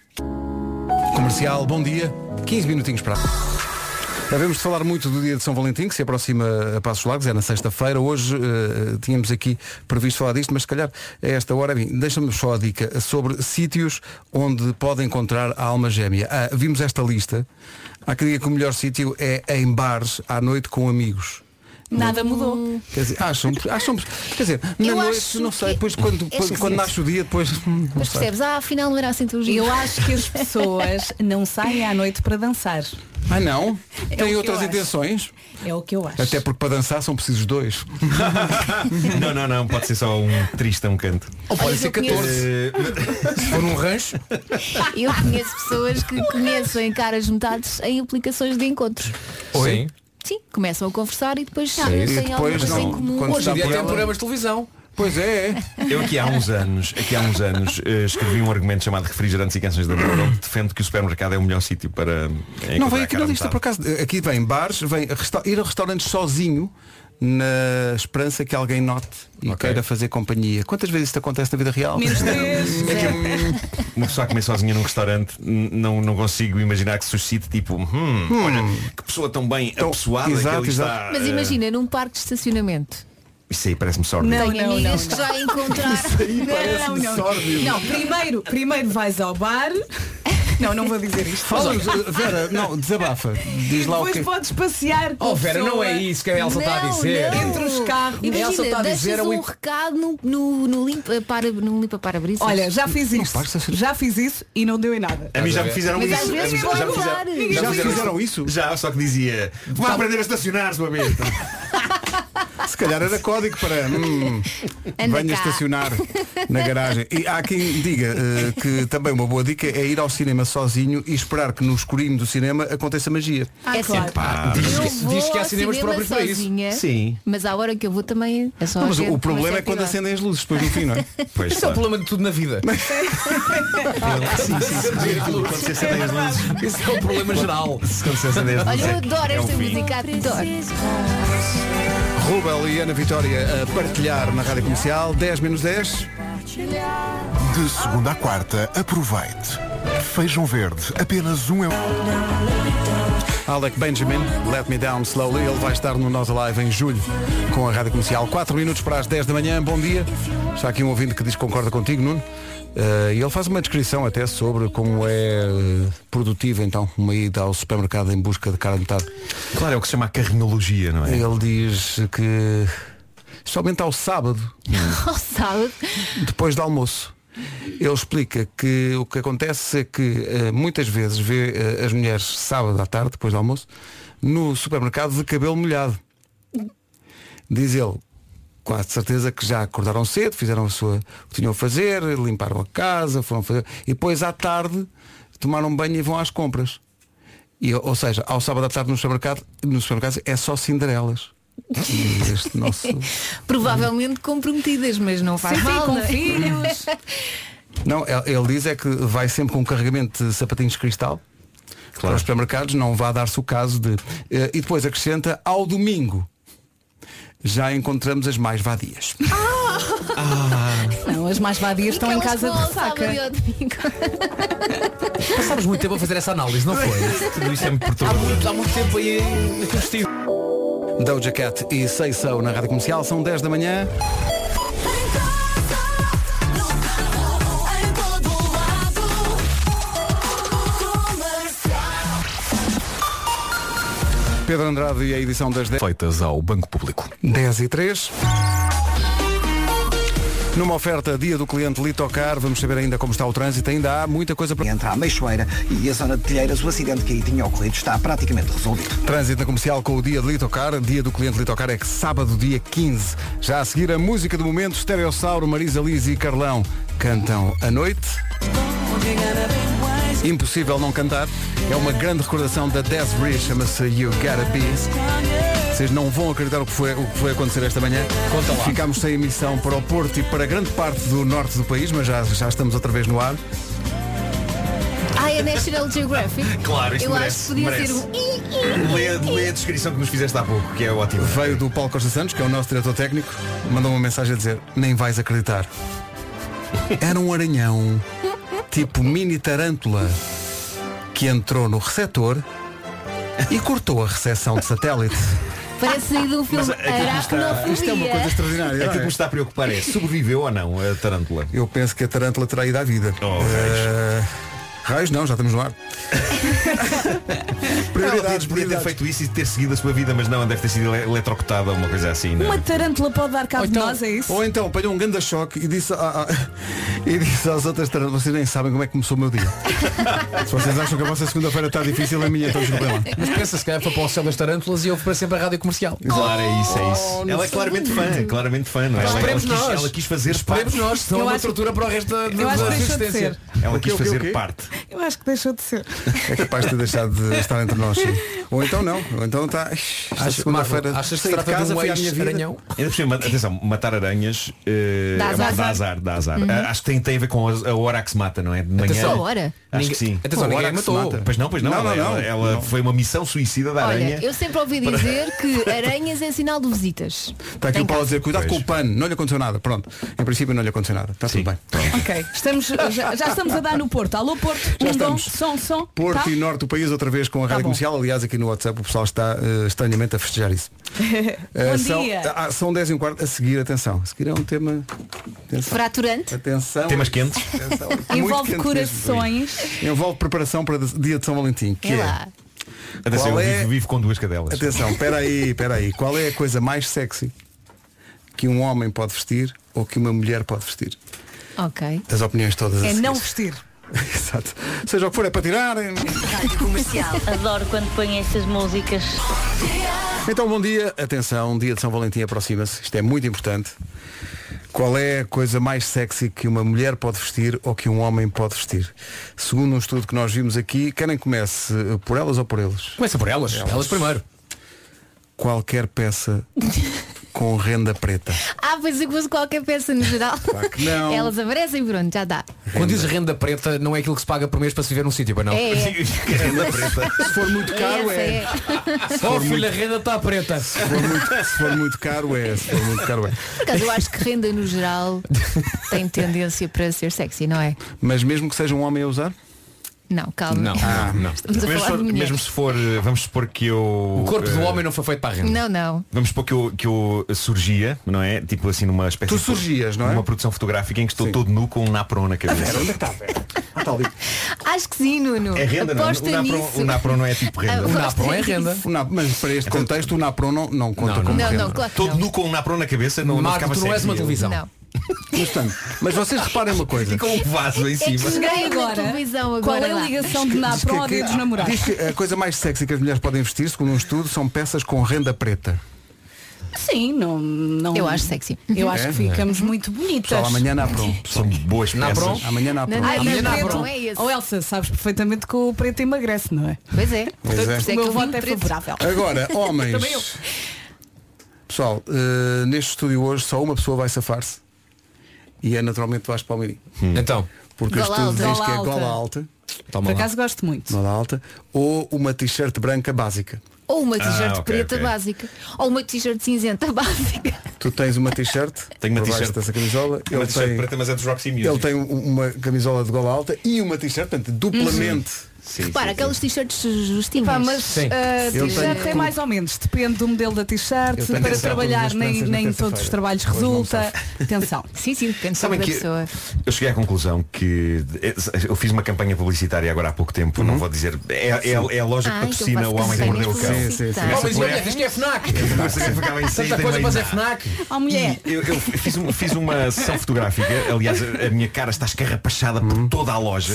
Comercial, bom dia. 15 minutinhos para... Devemos de falar muito do dia de São Valentim, que se aproxima a passos largos, é na sexta-feira. Hoje tínhamos aqui previsto falar disto, mas se calhar a esta hora, deixa-me só a dica sobre sítios onde pode encontrar a alma gêmea. Vimos esta lista. Há quem diga que o melhor sítio é em bares à noite com amigos. Nada mudou. Quer dizer, acham, quer dizer, na noite, não sei, depois quando nasce o dia, depois. Mas percebes, afinal não era assim tão giro. Eu acho que as pessoas não saem à noite para dançar. Ah, não? Tem outras intenções? É o que eu acho. Até porque para dançar são precisos dois. Não, pode ser só um triste a um canto. Ou pode ser 14. Se for um rancho. Eu conheço pessoas que conhecem caras metades em aplicações de encontros. Sim. Sim, começam a conversar e depois Sim, têm alguma coisa em comum. Hoje em dia tem programas de televisão. Pois é. Eu aqui há uns anos escrevi um argumento chamado Refrigerantes e Canções de Amor, onde defendo que o supermercado é o melhor sítio para não vem aqui na lista, por acaso. Aqui vem bares, vem ir a restaurantes sozinho, na esperança que alguém note e queira fazer companhia. Quantas vezes isto acontece na vida real? Menos 3. Uma pessoa a comer sozinha num restaurante, não consigo imaginar que suscite tipo, olha, que pessoa tão bem apessoada que ele está. Mas imagina, num parque de estacionamento. Isso aí parece-me sórdido. Tenho amigas que já encontraram. Isso aí parece-me sórdido. Não, primeiro vais ao bar. Não vou dizer isto. Fala, Vera, não, desabafa. Diz lá depois o que podes passear com Vera, não é isso que a Elsa está a dizer. Entre os carros. Imagina, a Elsa está a dizer deixas um recado no limpa-para-brisas. Olha, já fiz isso e não deu em nada. A mim já me fizeram Mas isso. às vezes Já fizeram isso? Já, só que dizia, vá aprender a estacionar, sua vez. Se calhar era código para venha estacionar na garagem. E há quem diga que também uma boa dica é ir ao cinema sozinho e esperar que no escurinho do cinema aconteça magia. É claro. Diz que há cinemas próprios para isso. Sim. Mas à hora que eu vou também é só. Mas o problema é quando acendem as luzes depois no fim, não é? Pois, isso é o problema de tudo na vida. Quando se acendem as luzes. Isso é o problema geral. Quando se acendem as luzes. Olha, eu adoro esta música, adoro. Rubel e Ana Vitória a partilhar na Rádio Comercial 10-10. De segunda à quarta, aproveite. Feijão verde, apenas €1. Alec Benjamin, Let Me Down Slowly. Ele vai estar no Nós Alive em julho com a Rádio Comercial. 4 minutos para as 10 da manhã. Bom dia. Está aqui um ouvinte que diz que concorda contigo, Nuno. E ele faz uma descrição até sobre como é produtivo então uma ida ao supermercado em busca de cara a metade. Claro, é o que se chama a carrinologia, não é? Ele diz que somente ao sábado, depois do almoço. Ele explica que o que acontece é que muitas vezes vê as mulheres sábado à tarde, depois do almoço, no supermercado de cabelo molhado. Diz ele, quase certeza que já acordaram cedo, fizeram o que tinham a fazer, limparam a casa, foram fazer, e depois à tarde tomaram banho e vão às compras. Ou seja, ao sábado à tarde no supermercado é só Cinderelas. Este nosso... Provavelmente comprometidas, mas não faz mal. Com filhos. Não, ele diz é que vai sempre com um carregamento de sapatinhos de cristal. Claro. Para os supermercados, não vai dar-se o caso de... E depois acrescenta, ao domingo já encontramos as mais vadias. Não, as mais vadias estão em casa de ressaca. Passámos muito tempo a fazer essa análise, não foi? Tudo isto é muito perturbador. Há muito tempo aí naquele estilo. Doja Cat e Say So na Rádio Comercial. São 10 da manhã. Pedro Andrade e a edição das 10. Feitas ao Banco Público. 10:03. Numa oferta Dia do Cliente Litocar, vamos saber ainda como está o trânsito. Ainda há muita coisa para... Entre a Meixoeira e a zona de Telheiras, o acidente que aí tinha ocorrido está praticamente resolvido. Trânsito na Comercial com o Dia de Litocar. Dia do Cliente Litocar é que sábado, dia 15. Já a seguir a música do momento, Stereossauro, Marisa Liz e Carlão cantam A Noite. Impossível não cantar. É uma grande recordação da Desiree, chama-se You Gotta Be. Vocês não vão acreditar o que foi acontecer esta manhã. Conta lá. Ficámos sem emissão para o Porto e para grande parte do norte do país, mas já estamos outra vez no ar. É National Geographic. Claro, isto eu merece, acho que podia merece. ser um... Lê a descrição que nos fizeste há pouco, que é ótimo. Veio do Paulo Costa Santos, que é o nosso diretor técnico, mandou uma mensagem a dizer: nem vais acreditar. Era um aranhão, tipo mini tarântula, que entrou no receptor e cortou a recepção de satélite. Parece sair de um filme Aracnofobia. Isto é uma coisa extraordinária. Aquilo que me está a preocupar é: sobreviveu ou não a tarântula? Eu penso que a tarântula terá ido à vida. Raios não, já estamos no ar. Podia ter feito isso e ter seguido a sua vida, mas não, deve ter sido eletrocutada ou uma coisa assim. Não? Uma tarântula pode dar cabo de nós, é isso? Ou então apanhou um grande choque e disse às outras tarântulas: vocês nem sabem como é que começou o meu dia. Se vocês acham que a vossa segunda-feira está difícil, a minha então desculpem lá. Mas pensa, se calhar foi para o céu das tarântulas e houve para sempre a rádio comercial. Claro, é isso. Ela é claramente fã, não é? Ela quis fazer parte. Esperemos nós, senão é uma tortura para o resto da existência. Ela quis fazer parte. Eu acho que deixou de ser. É capaz de ter deixado de estar entre nós, sim. Ou então não. Ou então está. Segunda-feira. Achas que se trata de um ex-aranhão? Ainda por cima, atenção, matar aranhas dá azar. Acho que tem a ver com a hora que se mata, não é? De manhã. Atenção, a hora? Acho que sim. Atenção, ninguém matou. Pois não. Ela foi uma missão suicida da aranha. Olha, eu sempre ouvi dizer que aranhas é sinal de visitas. Está aqui o Paulo a dizer: cuidado com o pano, não lhe aconteceu nada. Pronto, em princípio não lhe aconteceu nada. Está tudo bem. Ok, já estamos a dar no Porto. Alô Porto, já estamos. Som. Porto tá? E norte do país outra vez com a Rádio Comercial. Aliás, aqui no WhatsApp o pessoal está estranhamente a festejar isso. Bom dia. São 10:15. A seguir, atenção. A seguir é um tema... Fraturante. Atenção. Temas quentes. Atenção. Envolve corações. Envolve preparação para dia de São Valentim. Que é... Atenção, eu vivo com duas cadelas. Atenção, espera aí. Qual é a coisa mais sexy que um homem pode vestir ou que uma mulher pode vestir? Ok. As opiniões todas. É não vestir. Exato. Seja o que for, é para tirar. Rádio Comercial. Adoro quando põem essas músicas. Então, bom dia. Atenção, dia de São Valentim aproxima-se. Isto é muito importante. Qual é a coisa mais sexy que uma mulher pode vestir ou que um homem pode vestir? Segundo um estudo que nós vimos aqui, querem que comece por elas ou por eles? Começa por elas. Elas primeiro. Qualquer peça com renda preta. Pois é que fosse qualquer peça no geral. Claro que não. Elas aparecem, pronto, já dá. Quando dizes renda preta, não é aquilo que se paga por mês para se viver num sítio, para não? Renda preta. Se for muito caro é. A renda está preta. Se for muito caro é. Por acaso eu acho que renda no geral tem tendência para ser sexy, não é? Mas mesmo que seja um homem a usar? Não, calma. Não. Estamos a falar de mulheres. Mesmo se for, vamos supor que eu... O corpo do homem não foi feito para a renda. Não. Vamos supor que eu surgia, não é? Tipo assim numa espécie Tu surgias, não é? Numa produção fotográfica em que estou todo nu com um napron na cabeça. Onde é que está, velho? Acho que sim, Nuno. É renda, não? O napron não é tipo renda. O napron é renda. Mas para este contexto o napron não conta como renda. Não, claro que todo nu com um napron na cabeça não ficava sexy. Tu não és uma televisão. Não. Mas vocês reparem uma coisa. E com um vaso em cima. Cheguei agora. Qual é a ligação de napron ao dia dos namorados? Diz que a coisa mais sexy que as mulheres podem vestir, segundo um estudo, são peças com renda preta. Sim, não. Eu acho sexy. Eu acho que ficamos muito bonitas. Pessoal, amanhã napron. São boas peças. Amanhã napron. Não é esse. Oh Elsa, sabes perfeitamente que o preto emagrece, não é? Pois é. O meu voto é favorável. Agora, homens. Também eu. Pessoal, neste estúdio hoje só uma pessoa vai safar-se. E é naturalmente Vasco Palmeirinho. Então. Porque o estudo diz que é gola alta. Por acaso gosto muito. Gola alta. Ou uma t-shirt branca básica. Ou uma t-shirt preta básica. Ou uma t-shirt cinzenta básica. Tu tens uma t-shirt. Tenho uma t-shirt dessa camisola. Uma t-shirt preta, mas é dos Roxy Music. Ele tem uma camisola de gola alta e uma t-shirt, portanto, duplamente Repara, aquelas t-shirts justinhas. Pá, mas t-shirt é mais ou menos, depende do modelo da t-shirt, para trabalhar nem todos os trabalhos resulta. Atenção. Sim, depende da pessoa. Eu cheguei à conclusão que eu fiz uma campanha publicitária agora há pouco tempo, não vou dizer, é a loja que patrocina O Homem que Mordeu o Cão. Diz que é FNAC. Tanta coisa para ser FNAC. Oh, mulher. Eu fiz uma sessão fotográfica, aliás a minha cara está escarrapachada por toda a loja,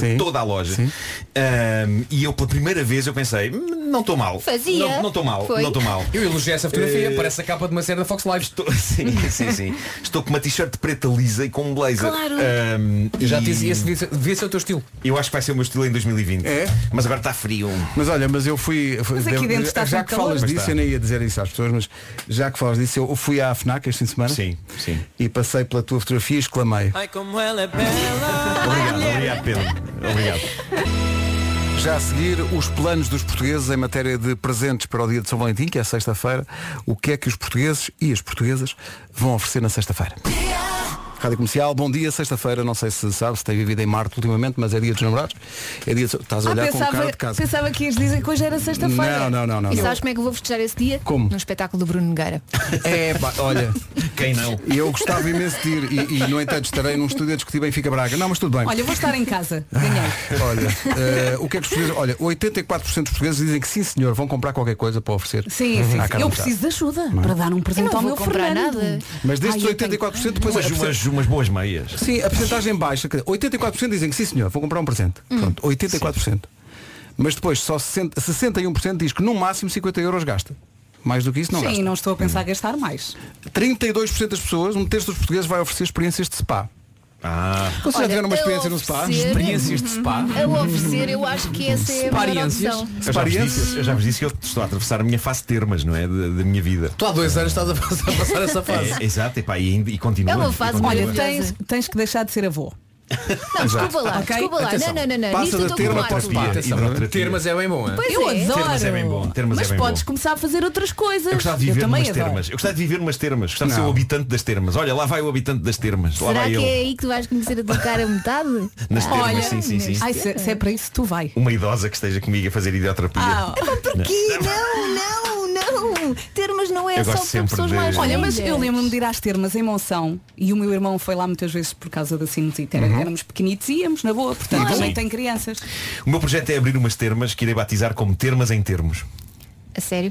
e eu pela primeira vez eu pensei, não estou mal. Não estou mal. Eu elogiei essa fotografia, parece a capa de uma série da Fox Live. Sim. Estou com uma t-shirt preta lisa e com um blazer. Claro. Eu já te disse, esse devia ser o teu estilo. Eu acho que vai ser o meu estilo em 2020. Mas agora está frio. Mas olha, eu fui aqui dentro está já que falas disso, eu nem ia dizer isso às pessoas, mas já que falas disso, eu fui à FNAC este fim de semana. Sim. E passei pela tua fotografia e exclamei. Ai, como ela é bela. Obrigado, Pedro. Obrigado. Já a seguir, os planos dos portugueses em matéria de presentes para o dia de São Valentim, que é sexta-feira. O que é que os portugueses e as portuguesas vão oferecer na sexta-feira? Rádio Comercial, bom dia, sexta-feira, não sei se sabe, se tem vivido em Marte ultimamente, mas é dia dos namorados. É dia de... Estás a olhar com cara de casa. Pensava que ias dizer que hoje era sexta-feira. Não. E sabes como é que eu vou festejar esse dia? Como? No espetáculo do Bruno Nogueira. Olha, quem não? Eu gostava imenso de ir e no entanto estarei num estúdio a discutir Benfica Braga. Não, mas tudo bem. Olha, eu vou estar em casa. Ganhei. Olha, o que é que os portugueses... Olha, 84% dos portugueses dizem que sim senhor, vão comprar qualquer coisa para oferecer. Sim. Eu preciso de ajuda para dar um presente ao meu comprar nada. Mas destes 84% depois umas boas meias. Sim, a porcentagem baixa, 84% dizem que sim senhor, vou comprar um presente. Pronto, 84%. Sim. Mas depois só 61% diz que no máximo 50 euros gasta. Mais do que isso não gasta. Sim, não estou a pensar gastar mais. 32% das pessoas, um terço dos portugueses vai oferecer experiências de spa. Vocês já tiveram uma experiência no spa? Experiências de spa? A oferecer, eu acho que essa é a melhor opção. Eu já vos disse que eu estou a atravessar a minha fase termas, não é? Da minha vida. Tu há 2 anos estás a passar essa fase. Exato, e continua. É uma fase Olha, tens que deixar de ser avô. Não, desculpa lá. Não. Passa da terma para o spa. Termas é bem bom, é? Eu adoro. Termas é bem bom. Mas podes começar a fazer outras coisas. Eu gostava de viver numas termas. Eu gostava de viver numas termas. Gostava de ser o habitante das termas. Olha, lá vai o habitante das termas. Será que é aí que tu vais conhecer a tua cara metade? Nas termas, sim. Se é para isso, tu vai. Uma idosa que esteja comigo a fazer ideoterapia. Porquê? Não. Termas não é só para pessoas mais. Olha, mas eu lembro-me de ir às termas em Monção e o meu irmão foi lá muitas vezes por causa da sinusite. Éramos pequenitos e íamos na boa, portanto também tem crianças. O meu projeto é abrir umas termas que irei batizar como Termas em Termos. A sério?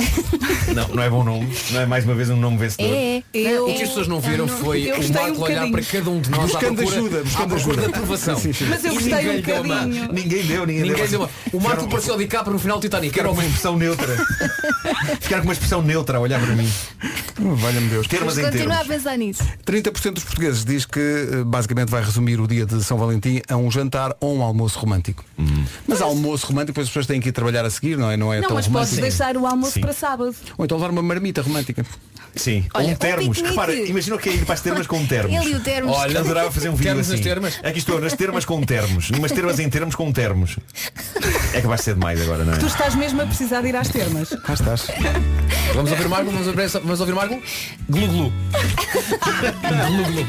Não é bom nome, não é mais uma vez um nome vencedor. O que as pessoas não viram foi o Marco olhar para cada um de nós buscando ajuda de aprovação. Sim. Mas eu gostei um bocadinho. Ninguém deu. O Marco pareceu DiCaprio no final do Titanic. Ficaram com uma expressão neutra. Ficaram com uma expressão neutra a olhar para mim. Valha-me Deus. Termas em termos. Continua a pensar nisso. 30% dos portugueses diz que basicamente vai resumir o dia de São Valentim a um jantar ou um almoço romântico. Mas almoço romântico, depois as pessoas têm que ir trabalhar a seguir, não é? Não é tão mas romântico. podes deixar o almoço para sábado. Ou então levar uma marmita romântica. Sim, olha, um termos. Repara, imagina o que é ir para as termas com um termos. Ele e o termos. Olha, adorava fazer um vídeo assim. Nas termas. Aqui estou, nas termas com termos. Numas termas em termos com termos. É que vai ser demais agora, não é? Tu estás mesmo a precisar de ir às termas. Estás. Vamos ouvir Marco? Vamos ouvir Marco? Glu glu. Glu glu.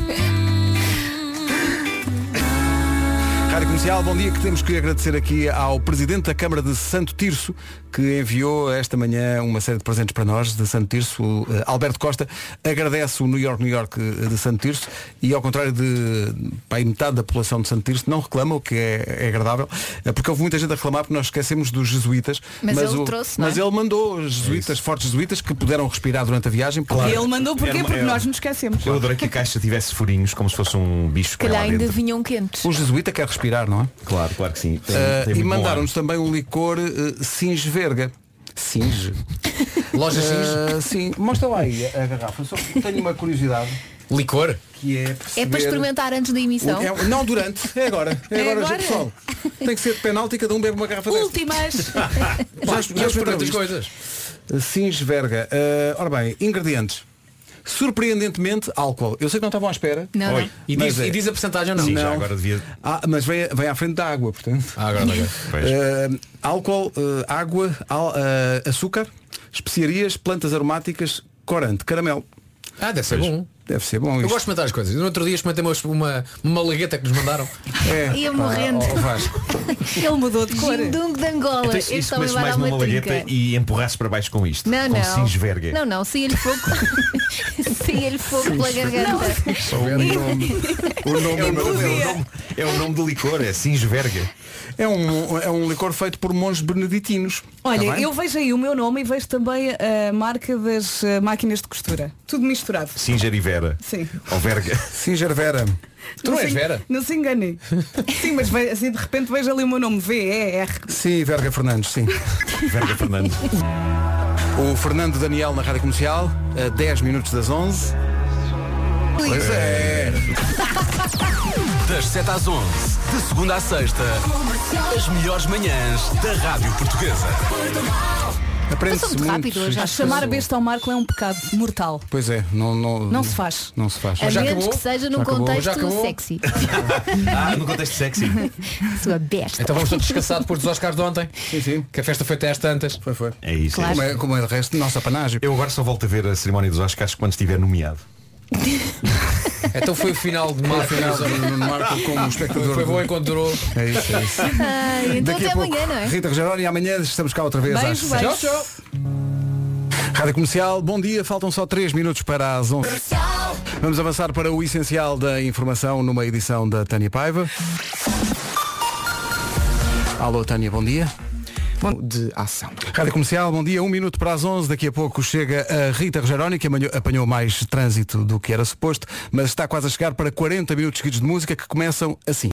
Rádio Comercial, bom dia, que temos que agradecer aqui ao Presidente da Câmara de Santo Tirso, que enviou esta manhã uma série de presentes para nós de Santo Tirso. O Alberto Costa agradece o New York de Santo Tirso e, ao contrário de metade da população de Santo Tirso, não reclama, o que é agradável, porque houve muita gente a reclamar porque nós esquecemos dos jesuítas. Mas ele trouxe, não é? Mas ele mandou jesuítas, fortes jesuítas, que puderam respirar durante a viagem. Claro. Ele mandou porque nós nos esquecemos. Eu adorei que a caixa tivesse furinhos, como se fosse um bicho. Calhar ainda vinham quentes. O jesuíta quer respirar, não é? Claro que sim. E mandaram-nos também um licor Singe Verga. Singe. Loja Singe? Sim. Mostra lá aí a garrafa. Só tenho uma curiosidade. Licor? Que é para experimentar antes da emissão? Não, durante. É agora. Já, pessoal. Tem que ser de penalti, cada um bebe uma garrafa últimas. Já experimento as coisas. Singe Verga. Ora bem, ingredientes. Surpreendentemente, álcool. Eu sei que não estavam à espera. Não. E diz a porcentagem ou não? Sim, não. Já agora devia. Mas vem à frente da água, portanto. Agora não. Álcool, água, açúcar, especiarias, plantas aromáticas, corante, caramelo. Deve ser bom. Deve ser bom Eu isto. gosto de experimentar as coisas. No outro dia experimentei uma malagueta que nos mandaram. Ia morrendo. Ele mudou de cor. Gindung de Angola. Então, Este isso homem começo vai mais dar numa uma malagueta trinca. e empurrasse para baixo com isto. Não, com não. Sinsverga. Não, saía-lhe fogo. Saía-lhe fogo pela garganta. É o nome do licor, é Sinsverga. É um licor feito por monges beneditinos. Olha, Tá bem? eu vejo aí o meu nome e vejo também a marca das máquinas de costura. Tudo misturado. Singer e Vera. Sim. Ou Verga. Singer Vera. Tu não és Vera? Não se engane. Sim, mas assim de repente vejo ali o meu nome, V-E-R. Sim, Verga Fernandes, sim. Verga Fernandes. O Fernando Daniel na Rádio Comercial, a 10 minutos das 11. Pois é. Das 7 às 11, de segunda à sexta, as melhores manhãs da Rádio Portuguesa. Aprende-se Passou muito rápido hoje, A acho. chamar a besta ao Marco é um pecado mortal. Pois é, não se faz. Não se faz. A Já menos acabou? que seja num Já acabou? contexto Já acabou? sexy. No contexto sexy. Sua besta. Então vamos todos descansar depois dos Oscars de ontem. Sim, sim. Que a festa foi até às tantas. Foi. É isso. Claro. É isso. Como é o resto do nosso apanágio. Eu agora só volto a ver a cerimónia dos Oscars quando estiver nomeado. Então foi o final de Marco. Marco como espectador. Foi bom enquanto durou. É isso, é isso. Ai, então Daqui até a pouco, amanhã, não é? Rita Rogeroni, amanhã estamos cá outra vez às Beijo, 6. beijo. Tchau. Rádio Comercial, bom dia, faltam só 3 minutos para as 11. Vamos avançar para o essencial da informação numa edição da Tânia Paiva. Alô Tânia, bom dia. De ação. Rádio Comercial, bom dia, 1 minuto para as 11. Daqui a pouco chega a Rita Rogeroni, que apanhou mais trânsito do que era suposto, mas está quase a chegar para 40 minutos seguidos de música que começam assim.